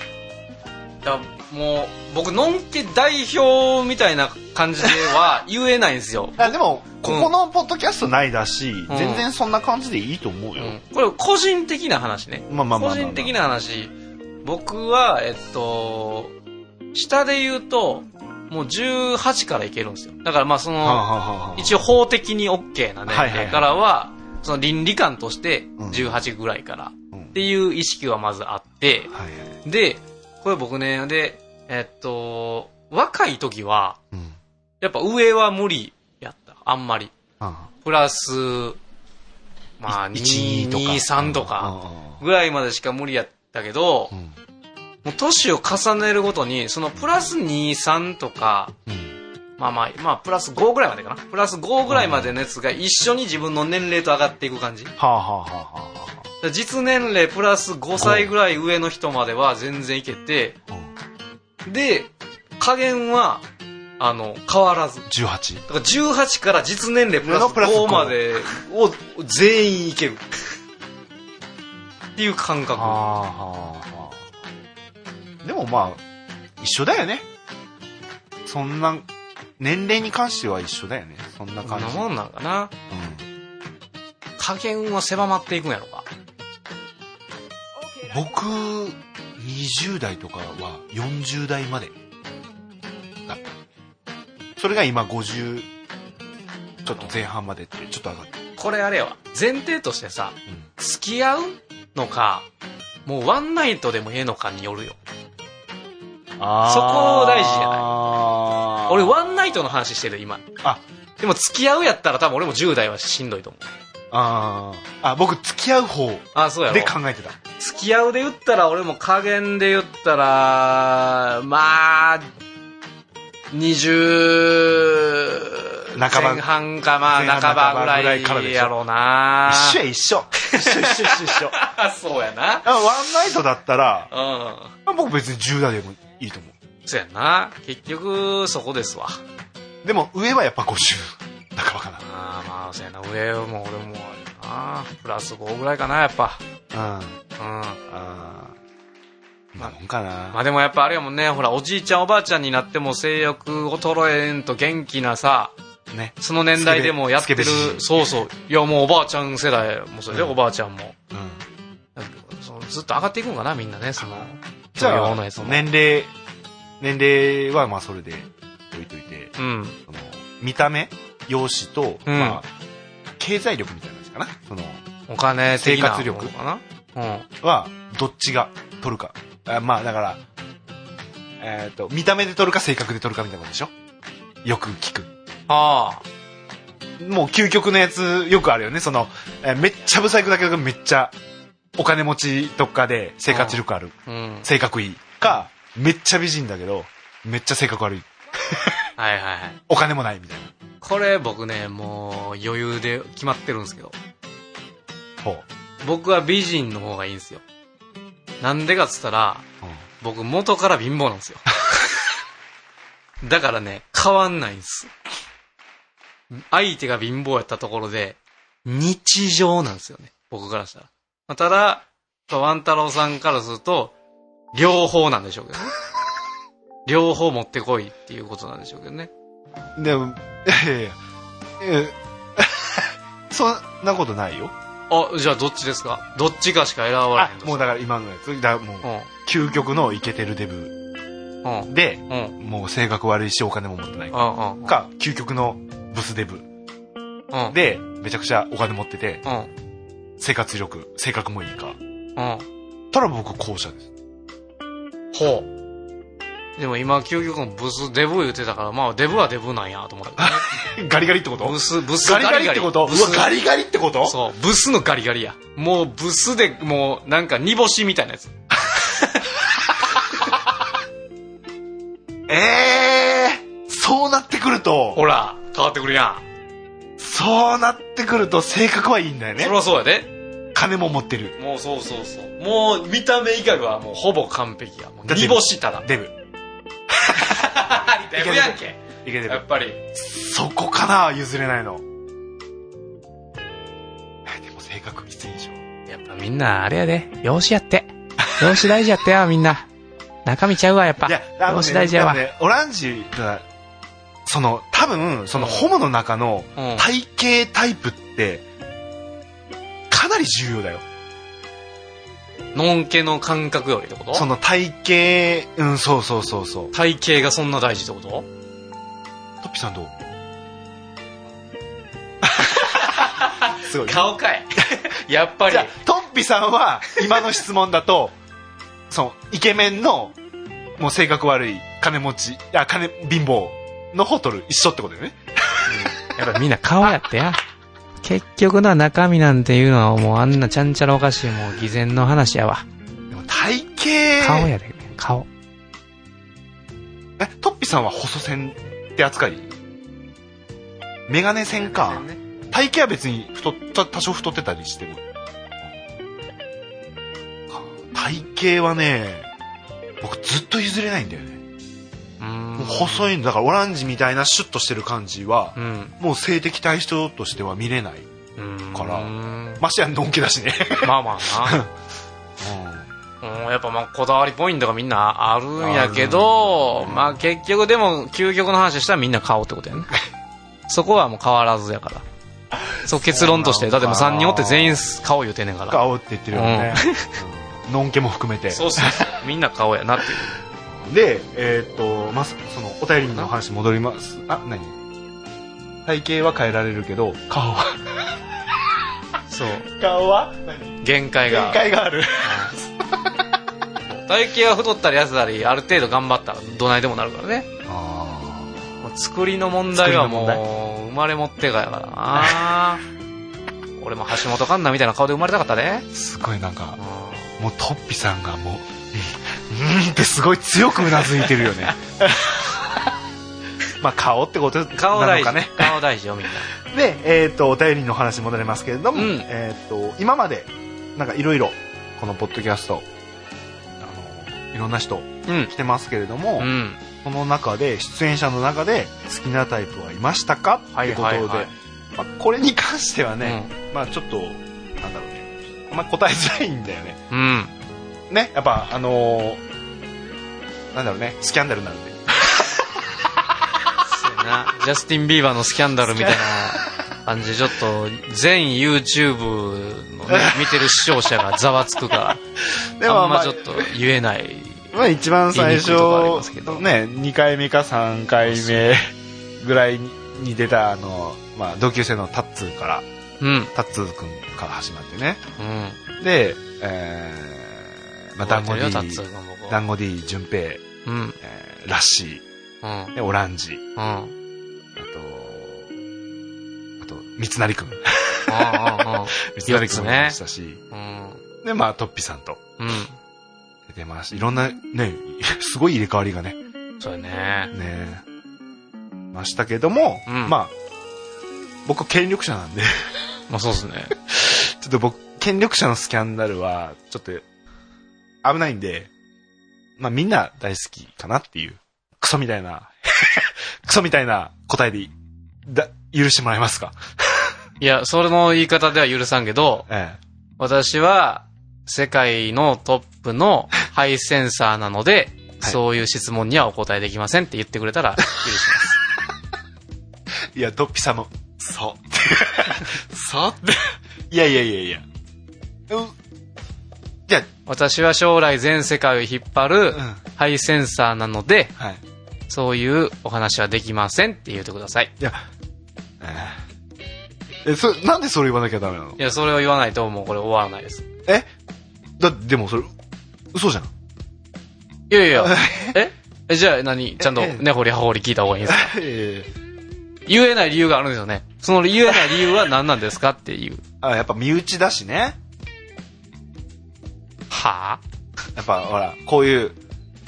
もう僕のんけ代表みたいな感じでは言えないんですよでもここのポッドキャストないだし、全然そんな感じでいいと思うよ、 これ個人的な話ね。個人的な話、僕は下で言うともう18からいけるんですよ。だからまあその一応法的に OK な年齢からはその倫理観として18ぐらいからっていう意識はまずあって、でこれ僕ね、で若い時はやっぱ上は無理やった、あんまり。プラスまあ2、3とかぐらいまでしか無理やったけど、もう年を重ねるごとにそのプラス2、3とか、まあプラス5ぐらいまでかな、プラス5ぐらいまでのやつが一緒に自分の年齢と上がっていく感じ。実年齢プラス5歳ぐらい上の人までは全然いけて、で加減は変わらず18。だから18から実年齢プラス5までを全員いけるっていう感覚。 でもまあ一緒だよね。そんな年齢に関しては一緒だよね。そんな感じ。 そんなもんなんかな。加減は狭まっていくんやろか。 僕20代とかは40代までだった。それが今50ちょっと前半までってちょっと上がって。 これあれやわ、前提としてさ、付き合うのかもうワンナイトでもええのかによるよ。そこ大事じゃない。俺ワンナイトの話してる今。でも付き合うやったら多分俺も10代はしんどいと思う。 僕付き合う方で考えてた。 付き合うで言ったら俺も加減で言ったらまあ20半ば前半か、まあ半ばぐらいやろうな。 一緒そうやな。 ワンナイトだったら、僕別に10代でもいいと思う。 そうやな、結局そこですわ。 でも上はやっぱ50半ばかな。 まあそうやな、上も俺もあれな、プラス5ぐらいかな、やっぱ。 なもんかな。 まあでもやっぱあれやもんね、ほらおじいちゃんおばあちゃんになっても性欲衰えんと元気なさ、 ね、 その年代でもやってる。そうそう。いやもうおばあちゃん世代もそうで、おばあちゃんも。ずっと上がっていくんかなみんなね、そのじゃあのやつも。 年齢はまあそれで置いといて、その見た目、容姿と、まあ経済力みたいなやつかな。そのお金的な生活力かな。 はどっちが取るか。まあだから見た目で取るか性格で取るかみたいなことでしょ。よく聞く。 ああ。 もう究極のやつよくあるよね。そのめっちゃブサイクだけどめっちゃお金持ちとかで生活力ある、性格いいか、めっちゃ美人だけどめっちゃ性格悪いはいはいはい、 お金もないみたいな。 これ僕ねもう余裕で決まってるんですけど、僕は美人の方がいいんですよ。なんでかっつったら、僕元から貧乏なんですよだからね変わんないんです。相手が貧乏やったところで日常なんですよね、僕からしたら。ただ、ワン太郎さんからすると、両方なんでしょうけどね。両方持ってこいっていうことなんでしょうけどね。 でも、そんなことないよ。 あ、じゃあどっちですか？どっちかしか選ばない。 もうだから今のやつ、だもう、究極のイケてるデブで、もう性格悪いしお金も持ってないか、究極のブスデブで、めちゃくちゃお金持ってて、生活力、性格もいいか。たら僕後者です。 ほう。でも今究極のブスデブ言ってたから、まあデブはデブなんやと思ったけどね。 ガリガリってこと？ ブスガリガリってこと？うわ、ガリガリってこと？ そう、ブスのガリガリや。もうブスで、もうなんか煮干しみたいなやつ。 そうなってくると。 ほら、変わってくるやん。 そうなってくると性格はいいんだよね。 そりゃそうやで。 金も持ってる。 もうそうそうそう。もう見た目以外はもうほぼ完璧や。もう煮干しただ。 デブ。 デブやんけ。 いけてる。 やっぱり。 そこかな、譲れないの。でも性格きついでしょ。 やっぱみんなあれやで。容姿やって。容姿大事やってや、みんな。中身ちゃうわ、やっぱ。 いや、 容姿大事やわ。 オランジが、多分、ホモの中の体型タイプって、かなり重要だよ。 のんけの感覚よりってこと？ その体型、そうそうそうそう。 体型がそんな大事ってこと？ トッピさんどう？すごい。 顔かい。やっぱり。 じゃあ、トッピさんは、今の質問だと、イケメンの、もう性格悪い、貧乏の方取る。一緒ってことだよね。 やっぱみんな顔やってや。結局の中身なんていうのはもうあんなちゃんちゃらおかしいもう偽善の話やわ。 でも体型。 顔やで、顔。 トッピさんは細線って扱い？メガネ線か。体型は別に多少太ってたりしても。体型はね、僕ずっと譲れないんだよね。もう細いんだから、オランジみたいなシュッとしてる感じは、もう性的対象としては見れないから、ましてやのんけだしね。 まあまあな。やっぱまあこだわりポイントがみんなあるんやけど、まあ結局でも究極の話したらみんな顔ってことやね。そこはもう変わらずやから。そう結論として、だってもう3人おって全員顔言うてんねんから。 顔って言ってるよね。のんけも含めて。 そうそうそう。みんな顔やなっていう。 で、お便りの話戻ります。何？体型は変えられるけど、顔は。 そう。 顔は限界がある。 体型が太ったり痩せたり、ある程度頑張ったらどないでもなるからね。作りの問題はもう、生まれ持ってがやからな。俺も橋本環奈みたいな顔で生まれたかったね。 すごいなんか、もうトッピさんがもう、ってすごい強くうなずいてるよね。まあ顔ってことなのかね。 顔大事よみんな。 で、お便りの話戻りますけれども、今までなんかいろいろこのポッドキャストいろんな人来てますけれども、この中で出演者の中で好きなタイプはいましたかってことで、まあ、これに関してはね、まあちょっとなんだろうね、あんま答えづらいんだよね。ね、やっぱなんだろうね、スキャンダルになるんで。 そうやな。ジャスティン・ビーバーのスキャンダルみたいな感じで、ちょっと、全 YouTube のね、見てる視聴者がざわつくから、 でもあんまちょっと言えない。 まあ一番最初、 言いにくいとこありますけどね、2回目か3回目ぐらいに出たまあ同級生のタッツーから、 うん。 タッツーくんから始まってね。 うん。 で、まあ、団子覚えてるよタッツ D ーが僕、 団子 D、順平、 うん。 ラッシうん。 ー、でオランジ、 うん。 あと、三成くん。三成くんもいましたし、 うん。 で、まあ、トッピさんとうん。 出てました。いろんな、ね、すごい入れ替わりがね、 そうやね。 ね、ましたけども、 うんまあ、僕権力者なんで、 まあそうですね。 ちょっと僕、権力者のスキャンダルは、ちょっと、危ないんで、まあみんな大好きかなっていう、クソみたいな、クソみたいな答えで許してもらえますか？ いや、それの言い方では許さんけど、 ええ。 私は世界のトップのハイセンサーなので、 はいそういう質問にはお答えできませんって言ってくれたら許します。 いや、トッピさんも、そう。そうって。いやいやいやいや。じゃ私は将来全世界を引っ張るあ、 ハイセンサーなので、 はい。 そういうお話はできませんって言ってください。 いや、なんでそれ言わなきゃダメなの？ いや、それを言わないともうこれ終わらないです。 でもそれ、嘘じゃん。 いやいや、じゃあ何ちゃんと根掘り葉掘り聞いた方がいいんですか？言えない理由があるんですよね。その言えない理由は何なんですかっていう。 やっぱ身内だしね。 はやっぱほら、こういう、ちょっ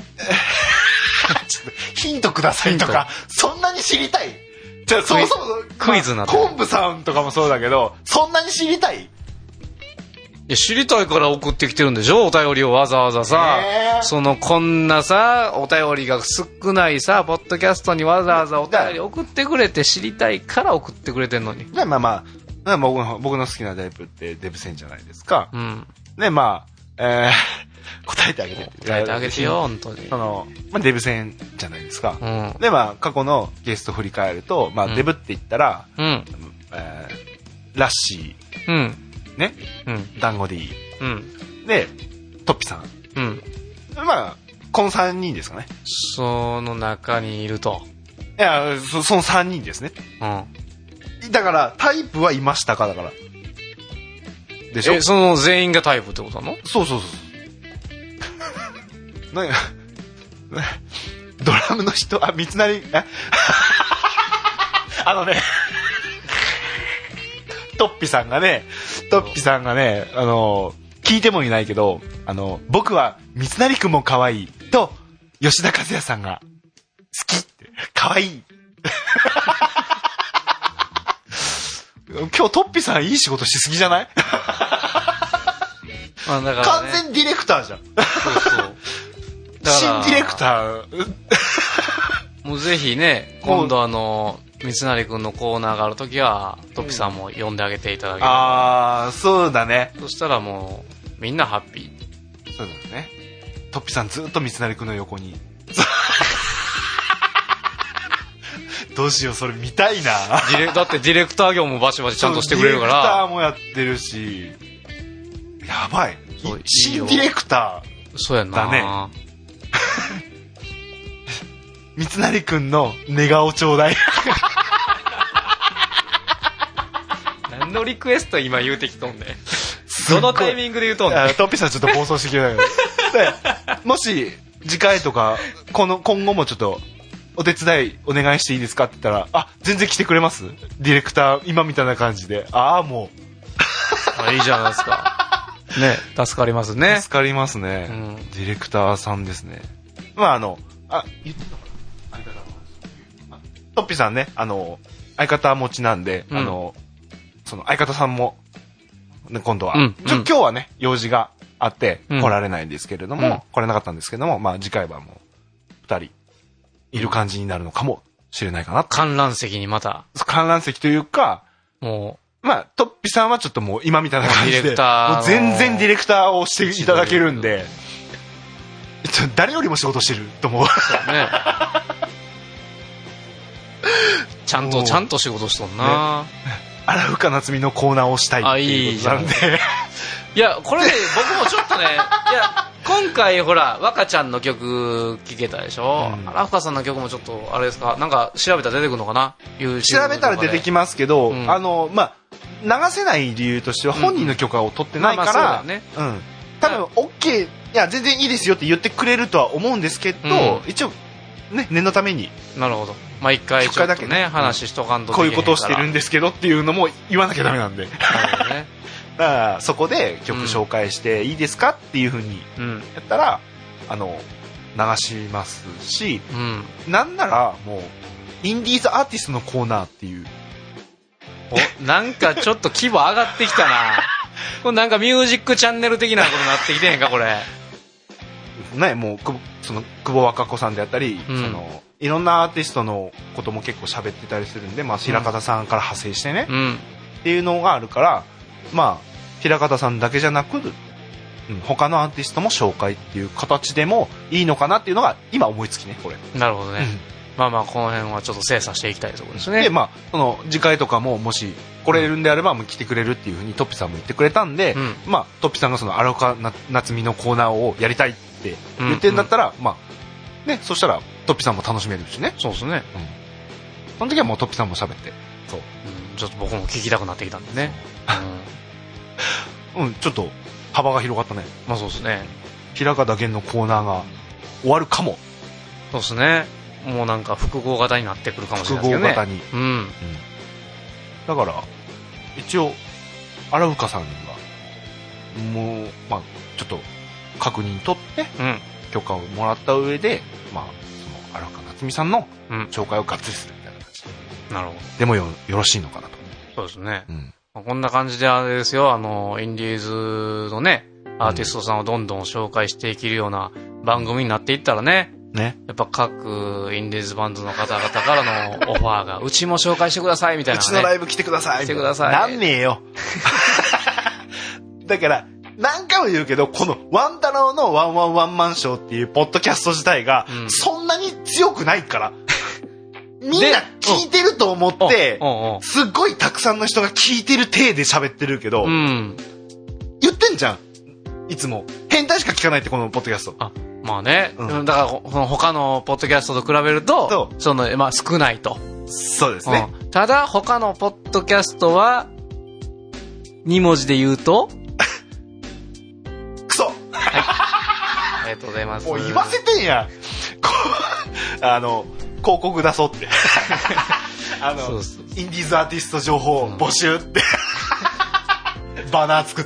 とヒントくださいとか、そんなに知りたい？じゃあ、そうそう、 クイズになってる昆布さんとかもそうだけど、そんなに知りたい？ いや、知りたいから送ってきてるんでしょ？お便りをわざわざさ、こんなさ、お便りが少ないさ、ポッドキャストにわざわざお便り送ってくれて知りたいから送ってくれてんのに。 まあ、僕の好きなタイプってデブ戦じゃないですか。 うん。 ね、まあ、答えてあげて。 答えてあげてよ、本当に。 デブ戦じゃないですか。 うん。 で、まあ、過去のゲスト振り返ると、まあ、デブって言ったら、 うん。 ラッシうん。 ー、ね、 うん。 団子 D、 うん。 で、トッピさん。 うん。 まあ、この3人ですかね。 その中にいると。 いや、その3人ですね。 うん。 だから、タイプはいましたかだから。でしょ？ その全員がタイプってことなの？ そう。なんか、ドラムの人、三成、トッピさんがね、聞いてもいないけど、僕は三成くんも可愛いと、吉田和也さんが好きって、可愛い。今日トッピさんいい仕事しすぎじゃない？ だからね、 完全ディレクターじゃん。 そう。 新ディレクター。 もうぜひね、今度三成くんのコーナーがあるときは、トッピさんも呼んであげていただければ。 そうだね。 そしたらもう、みんなハッピー。そうだね。トッピさんずっと三成くんの横に。どうしよう、それ見たいな。 だってディレクター業もバシバシちゃんとしてくれるから。 ディレクターもやってるし、やばい。新ディレクター。 そうやんな。 だね。三成くんの寝顔ちょうだい。 何のリクエスト今言うてきとんねん。どのタイミングで言うとんねん。 トッピさんちょっと暴走してきてないで、もし次回とか今後もちょっとお手伝いお願いしていいですかって言ったら、全然来てくれます？ディレクター今みたいな感じで。もういいじゃないですか。ね、助かりますね。 助かりますね。ディレクターさんですね。まあ言ってたかな、相方トッピさんね、相方持ちなんで、その相方さんも、ね、今度は、今日はね、用事があって来られないんですけれども、来れなかったんですけども、まあ次回はもう、2人、いる感じになるのかもしれないかな。 観覧席にまた。 観覧席というか、 もう、 まあ、トッピさんはちょっともう今みたいな感じで、 ディレクターもう全然ディレクターをしていただけるんで、 誰よりも仕事してると思う。 そうね。ちゃんと仕事しとんな。 荒深夏美のコーナーをしたいっていうことなんで。 いや、これね、僕もちょっとね、いや、今回ほら、若ちゃんの曲聴けたでしょ。荒深さんの曲もちょっと、あれですか、なんか調べたら出てくるのかな、 調べたら出てきますけど、まあ、流せない理由としては本人の許可を取ってないから、多分 OK、いや全然いいですよって言ってくれるとは思うんですけど、一応ね、念のために。 なるほど。まあ一回ちょっとね、話しとかんとこういうことをしてるんですけどっていうのも言わなきゃダメなんで。なるほどね。だからそこで曲紹介していいですかっていう風にやったら、流しますし、なんならもうインディーズアーティストのコーナーっていう、 なんかちょっと規模上がってきたな。これなんかミュージックチャンネル的なことになってきてへんかこれね。もうその久保若子さんであったり、いろんなアーティストのことも結構喋ってたりするんで、まあ、平方さんから派生してね、っていうのがあるから、まあ平方さんだけじゃなく、他のアーティストも紹介っていう形でもいいのかなっていうのが今思いつきね、これ。 なるほどね。まあまあこの辺はちょっと精査していきたいところですね。 で、まあその次回とかももし来れるんであればもう来てくれるっていうふうにトッピさんも言ってくれたんで、まあトッピさんがその荒岡夏美のコーナーをやりたいって言ってんだったら、まあね、そしたらトッピさんも楽しめるしね。 そうですね。 その時はもうトッピさんも喋って、そう、 ちょっと僕も聞きたくなってきたんでね。 ちょっと幅が広がったね。 まあそうですね。 平方源のコーナーが終わるかも。 そうですね。もうなんか複合型になってくるかもしれないですけどね。 複合型に。だから一応荒深さんにはもうまあちょっと確認取って、許可をもらった上で、まあその荒深夏美さんの紹介をがっつりするみたいな感じ。 なるほど。 でもよろしいのかなと。 そうですね。こんな感じであれですよ、インディーズのね、アーティストさんをどんどん紹介していけるような番組になっていったらね、やっぱ各インディーズバンドの方々からのオファーが、うちも紹介してくださいみたいな、ね。 うちのライブ来てください。 来てください。 なんねえよ。だから、何回も言うけど、このワン太郎のワンワンワンマンショーっていうポッドキャスト自体が、そんなに強くないから。みんな聞いてると思って、すっごいたくさんの人が聞いてる体で喋ってるけど、言ってんじゃん。いつも。変態しか聞かないってこのポッドキャスト。 まあね。だから他のポッドキャストと比べると、まあ少ないと。 そうですね。 ただ他のポッドキャストは、2文字で言うと、 クソ。はい。 ありがとうございます。 もう言わせてんや。広告出そうって。インディーズアーティスト情報募集って。バナー作って。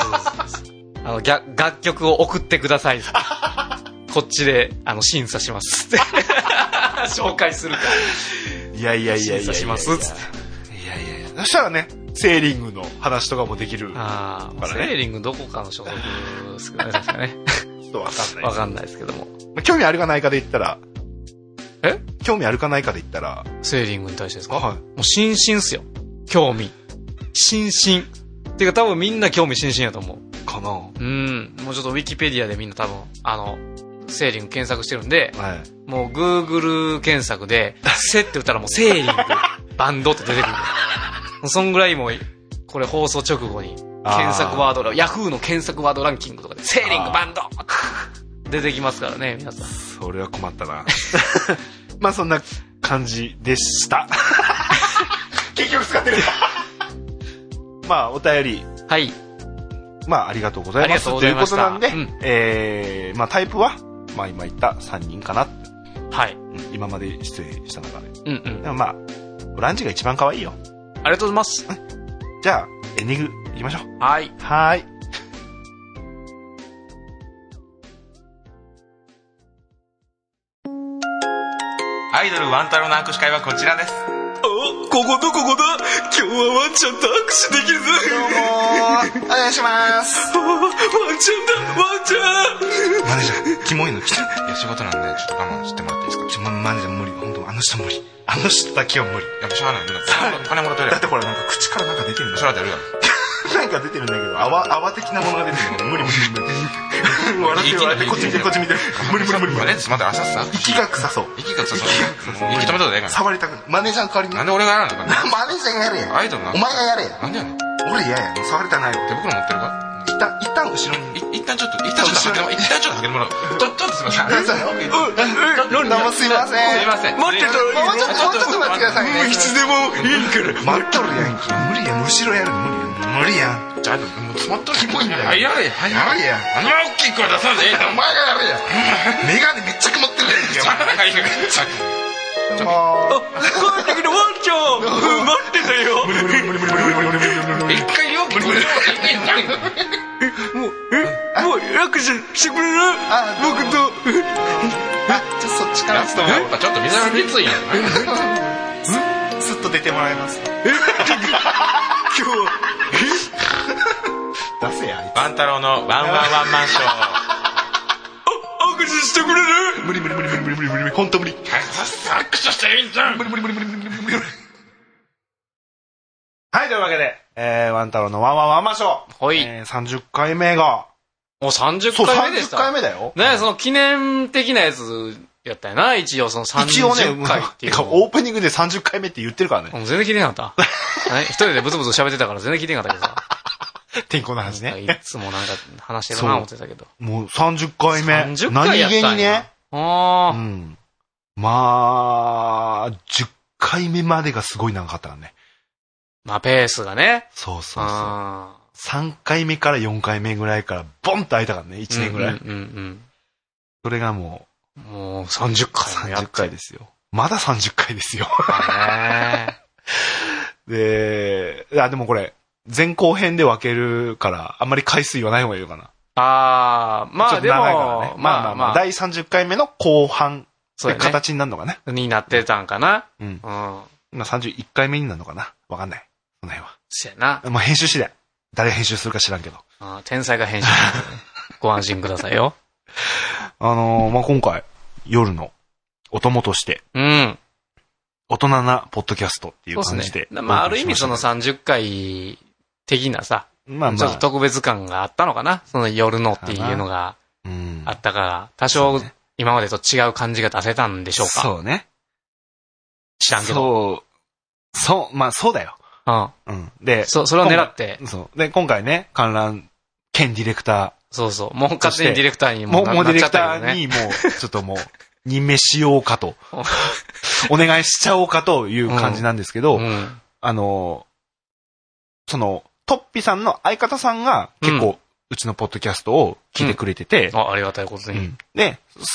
楽曲を送ってください。こっちで審査します。紹介するか。 いや。 審査します。 いや。そしたらね、セーリングの話とかもできる。 セーリングどこかの所属ですかね、確かね。 ちょっとわかんないですけども。興味あるかないかで言ったら。興味あるかないかで言ったら。 セーリングに対してですか？もう心身っすよ。興味。心身。っていうか多分みんな興味津々やと思う。 かな。もうちょっとウィキペディアでみんな多分、セーリング検索してるんで、もう Google 検索で、セって打ったらもうセーリング、バンドって出てくる。そんぐらいもう、これ放送直後に、検索ワード、Yahoo の検索ワードランキングとかで、セーリングバンド出てきますからね、皆さん。 それは困ったな。まあそんな感じでした。結局使ってる。まあお便り。 はい。 まあありがとうございます。ということなんで、まあタイプは、まあ今言った3人かな。 はい。 今まで出演した中で。でもまあ、オランジが一番可愛いよ。 ありがとうございます。 じゃあ、エンディングいきましょう。 はい。 はい。 アイドルワン太郎の握手会はこちらです。 こことここだ。今日はワンちゃんと握手できるぞ。 どうもお願いします。 ワンちゃんだ、ワンちゃん。 マネージャー、キモいの来て。いや、仕事なんで、ちょっと我慢してもらっていいですか。マネージャー無理。本当あの人無理。あの人だけは無理。 やっぱしゃあないんだ。金もらってる。 だってほら、なんか口からなんか出てるんだ。 そら出るやん。 なんか出てるんだけど、泡的なものが出てるの。無理。 笑って笑って、こっち見てこっち見て。無理無理無理無理。 ちょっと待って、朝さ。 息が臭そう。 息が臭そう。息止めといたらええかな。 触りたくない。マネージャーの代わりに。 なんで俺がやらなあかんの？ マネージャーがやれや。 アイドルな。 お前がやれや。 なんでやねん。 俺嫌や。触りたないわ。 手袋持ってるか？ 一旦後ろに。 一旦ちょっとはけてもらう。ちょっとすいません。 どうもすいません。 すいません。 待ってたら、もうちょっと待ってくださいね。 いつでもいいから待っとるやんけ。無理やん。後ろやるの無理やん。 じゃあ、もう詰まっとる。 キモいんだよ。 やれや。 やれや。 あんま大きい声出さんでええお前がやれや。メガネめっちゃ曇ってるやんけ。 帰ってきたワンちゃん待ってたよ一回よくもう握手してくれる僕とそっちからちょっと水がきついやんずっと出てもらいます今日は出せやワン太郎のワンワンワンマンショー握手してくれる無理本当無理握手していいんじゃん無理はいというわけでワン太郎のワンワンワンマンショーはい 30回目がもう30 そう回目でした。 30回目だよね、その記念的なやつやったよな、一応その30回っていうのを。 オープニングで30回目って言ってるからねもう全然聞いてなかった。一人でブツブツ喋ってたから全然聞いてなかったけどさ。 天候の話ねいつもなんか話してるな思ってたけど。 もう30回目 30回やったんや何気にねああ、 まあ10回目までがすごい長かったからねまあペースがね。 そうあ 3回目から4回目ぐらいからボンと空いたからね1年ぐらい、それがもう30回もやっ 30回ですよまだ30回ですよねでもこれ前後編で分けるからあんまり回数言わない方がいいのかなああ、まあでも、 ね、まあ第30回目の後半って形になるのかな、 になってたんかな。 今31回目になるのかなわかんないその辺はそやな。 もう編集次第誰編集するか知らんけど天才が編集ご安心くださいよまあ今回夜のお供として大人なポッドキャストっていう感じでまあある意味その30回的なさちょっと特別感があったのかなその夜のっていうのがあったから多少今までと違う感じが出せたんでしょうか。 そうね知らんけどまあそうだよでそれを狙ってで今回ね観覧兼ディレクターもう勝手にディレクターにもうディレクターにもうちょっともう任命しようかとお願いしちゃおうかという感じなんですけどそのトッピさんの相方さんが結構うちのポッドキャストを聞いてくれててありがたいことにで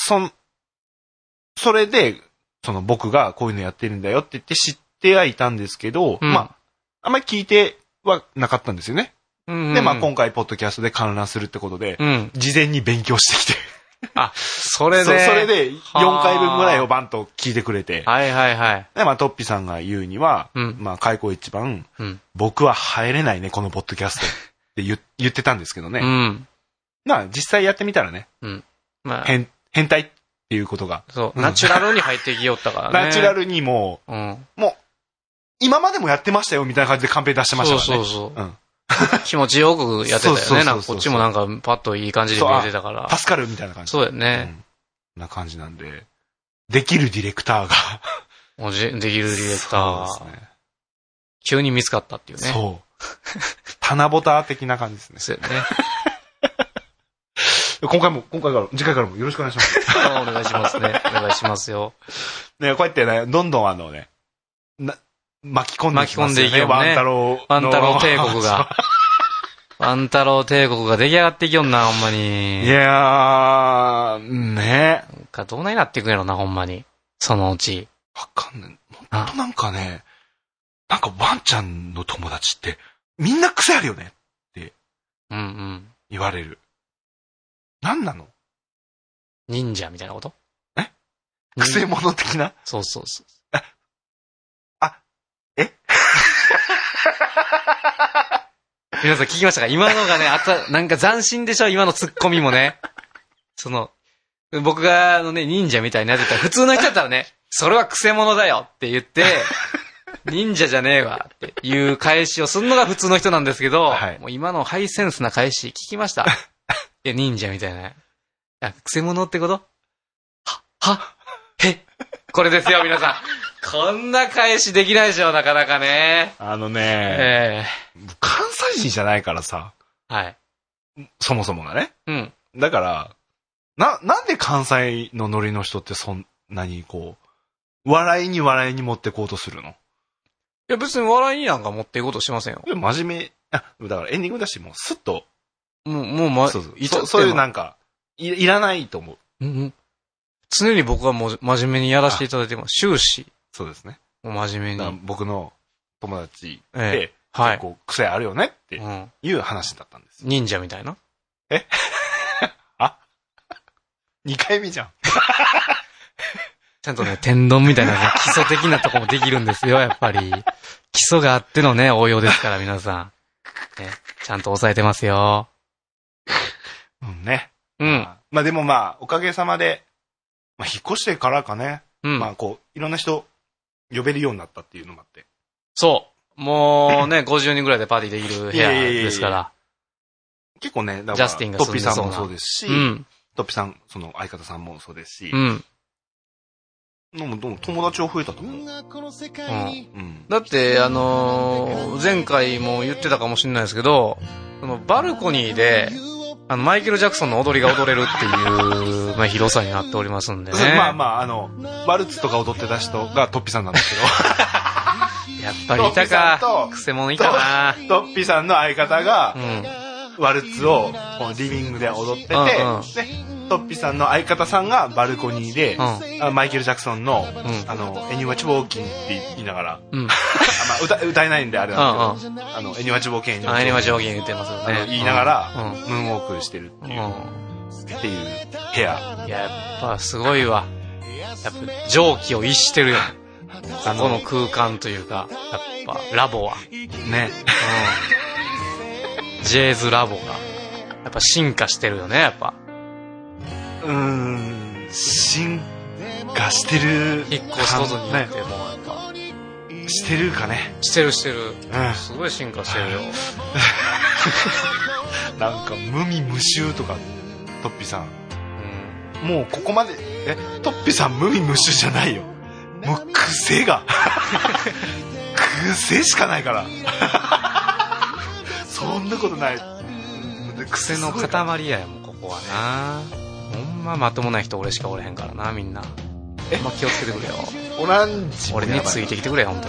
それでその僕がこういうのやってるんだよって言って知ってはいたんですけどまああんまり聞いてはなかったんですよね。で、まあ今回ポッドキャストで観覧するってことで、事前に勉強してきて。 それで 4回分ぐらいをバンと聞いてくれて。で、まあトッピさんが言うには、まあ開口一番、僕は入れないね、このポッドキャストって言ってたんですけどね。まあ実際やってみたらね、変態っていうことが。 ナチュラルに入ってきよったからね。 ナチュラルにもう、今までもやってましたよみたいな感じでカンペ出してましたからね。 気持ちよくやってたよね。なんかこっちもなんかパッといい感じで見えてたから。 助かるみたいな感じ。 そうだよね。 な感じなんで、できるディレクターが。 できるディレクターが。急に見つかったっていうね。 そう。棚ぼた的な感じですね。 そうやね。 今回から、次回からもよろしくお願いします。 お願いしますね。お願いしますよ。 ね、こうやってね、どんどん巻き込んでいきよね。ワン太郎帝国が。ワン太郎帝国が出来上がっていきよんな、ほんまに。 いやー、ね。 なんかどうなっていくんやろな、ほんまに。そのうち。 わかんない。ほんとなんかね、なんかワンちゃんの友達って、みんな癖あるよねって。言われる。なんなの？ 忍者みたいなこと？ 癖者的な？ そう。皆さん聞きましたか？今のがね、なんか斬新でしょ？今のツッコミもね。僕が忍者みたいになってたら、普通の人だったらね、それは癖者だよって言って、忍者じゃねえわっていう返しをするのが普通の人なんですけど、もう今のハイセンスな返し聞きました。 や、忍者みたいな。あ、くせ者ってことへこれですよ、皆さん。こんな返しできないでしょ、なかなかね。 関西人じゃないからさ。 はい。 そもそもがね。 うん。 だから、なんで関西のノリの人ってそんなにこう、笑いに持ってこうとするの？ いや、別に笑いになんか持っていこうとしてませんよ。 真面目、だからエンディングだし、もうスッと。そういうなんか、いらないと思う。 うん。常に僕はもう真面目にやらせていただいてます。終始。 そうですね。 もう真面目に。 僕の友達で、結構癖あるよねっていう話だったんです。 忍者みたいな？ 2回目じゃん。 ちゃんとね、天丼みたいな、ね、基礎的なとこもできるんですよ、やっぱり。基礎があってのね、応用ですから、皆さん。ね、ちゃんと抑えてますよ。 うんね。 うん。 まあでもおかげさまで、引っ越してからかね。うん。いろんな人呼べるようになったっていうのもあって。 そう。もうね、50人ぐらいでパーティーできる部屋ですから。 結構ね、だからジャスティンがトッピーさんもそうですし、トッピーさん、その相方さんもそうですし、どうも友達は増えたと思う。 だって、前回も言ってたかもしれないですけど、そのバルコニーで、マイケル・ジャクソンの踊りが踊れるっていう、広さになっておりますんでね。 ワルツとか踊ってた人がトッピーさんなんですけど。やっぱりいたか。クセモンいたな。 トッピーさんの相方が、ワルツをリビングで踊ってて、トッピーさんの相方さんがバルコニーで、マイケル・ジャクソンの、エニワチウォーキンって言いながら、歌えないんであれなんですけど、エニワチウォーキン、 エニワチウォーキン言ってますよね。 言いながら、ムーンウォークしてるっていう部屋。 やっぱすごいわ。やっぱ蒸気を逸してるよ。ここの空間というか、やっぱラボは。 ね。 ジェーズラボが、やっぱ進化してるよね、やっぱ。 進化してる。 引っ越すことによってもうやっぱ。 してるかね。 してる。すごい進化してるよ。 なんか、無味無臭とか、トッピさん。もうここまで、トッピさん無味無臭じゃないよ。もう癖が。癖しかないから。そんなことない。 癖の塊やよ、もうここはな。ほんままともない人俺しかおれへんからな、みんな。気をつけてくれよ。 オランジ俺についてきてくれよ、ほんとに。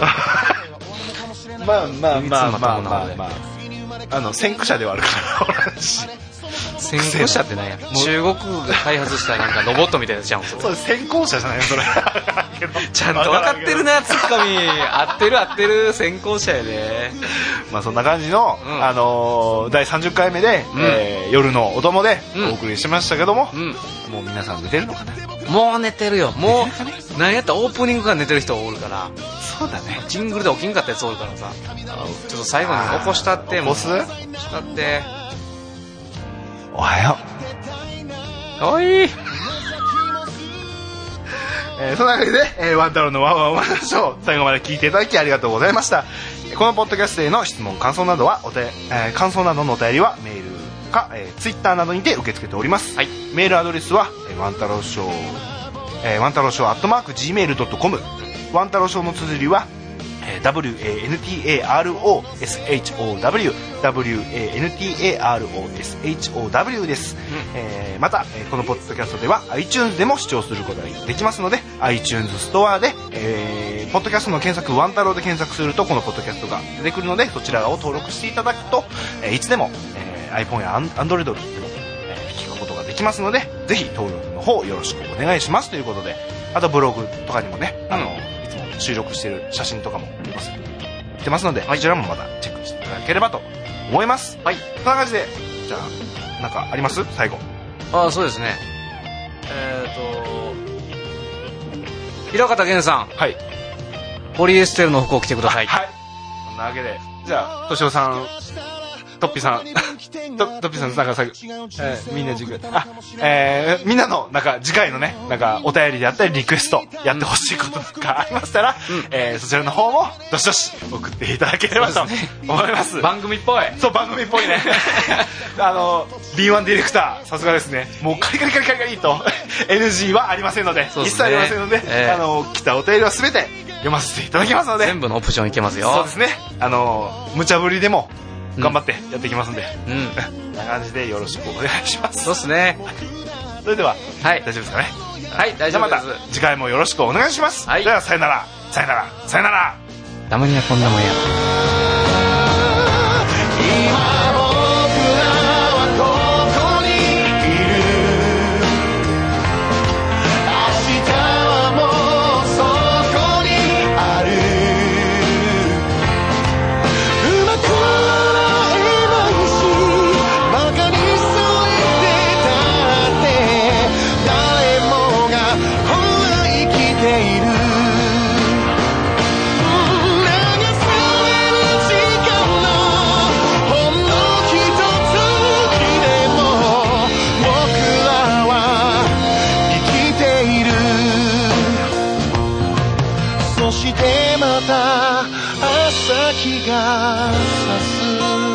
先駆者ではあるから、オランジ。 先駆者って何や。中国が開発したなんかロボットみたいなやつじゃん。 そうです、先行者じゃないよ、それ。 ちゃんと分かってるな、ツッコミ。合ってる、先行者やで。 そんな感じの、第30回目で、夜のお供でお送りしましたけども、もう皆さん寝てるのかな？ もう寝てるよ。もう、何やったらオープニングから寝てる人おるから。 そうだね。 ジングルで起きんかったやつおるからさ。ちょっと最後に起こしたって、 起こす？ 起こしたって。 おはよう。おい。 そんなわけで、ワン太郎のワンワンワンショー、最後まで聞いていただきありがとうございました。このポッドキャストへの質問、感想などのお便りはメールか、ツイッターなどにて受け付けております。はい、メールアドレスは、ワン太郎ショー、ワン太郎ショー@gmail.com、ワン太郎ショーの綴りは、WANTAROSHOW です、また、このポッドキャストでは iTunes でも視聴することができますので iTunes ストアで、ポッドキャストの検索、ワン太郎で検索するとこのポッドキャストが出てくるので、そちらを登録していただくと、いつでも、iPhone や Android でも、聞くことができますので、ぜひ登録の方よろしくお願いしますということで、あとブログとかにもね、いつも収録している写真とかも載せてますので、こちらもまたチェックしていただければと思います。はい、そんな感じで、じゃあなんかあります？最後。 そうですね。平方源さん、 はい、 ポリエステルの服を着てください。 はい、そんなわけで、じゃあ敏夫さんトッピーさんトッピーさんなんかさ、みんな授業みんなのなんか次回のねなんかお便りであったりリクエストやってほしいこととかありましたら、そちらの方もどしどし送っていただければと思います。 番組っぽい。 そう番組っぽいねB1 ディレクターさすがですね。もうカリカリカリカリカリとNG はありませんので、一切ありませんので、来たお便りは全て読ませていただきますので、 全部のオプションいけますよ。 そうですね。無茶ぶりでも頑張ってやっていきますんで、こんな感じでよろしくお願いします。 そうですね。 それでは、 はい、 大丈夫ですかね。 はい、大丈夫です。 じゃあまた次回もよろしくお願いします。 はい、 ではさよならさよならさよなら。 たまにはこんなもんや。 そしてまた朝日が差す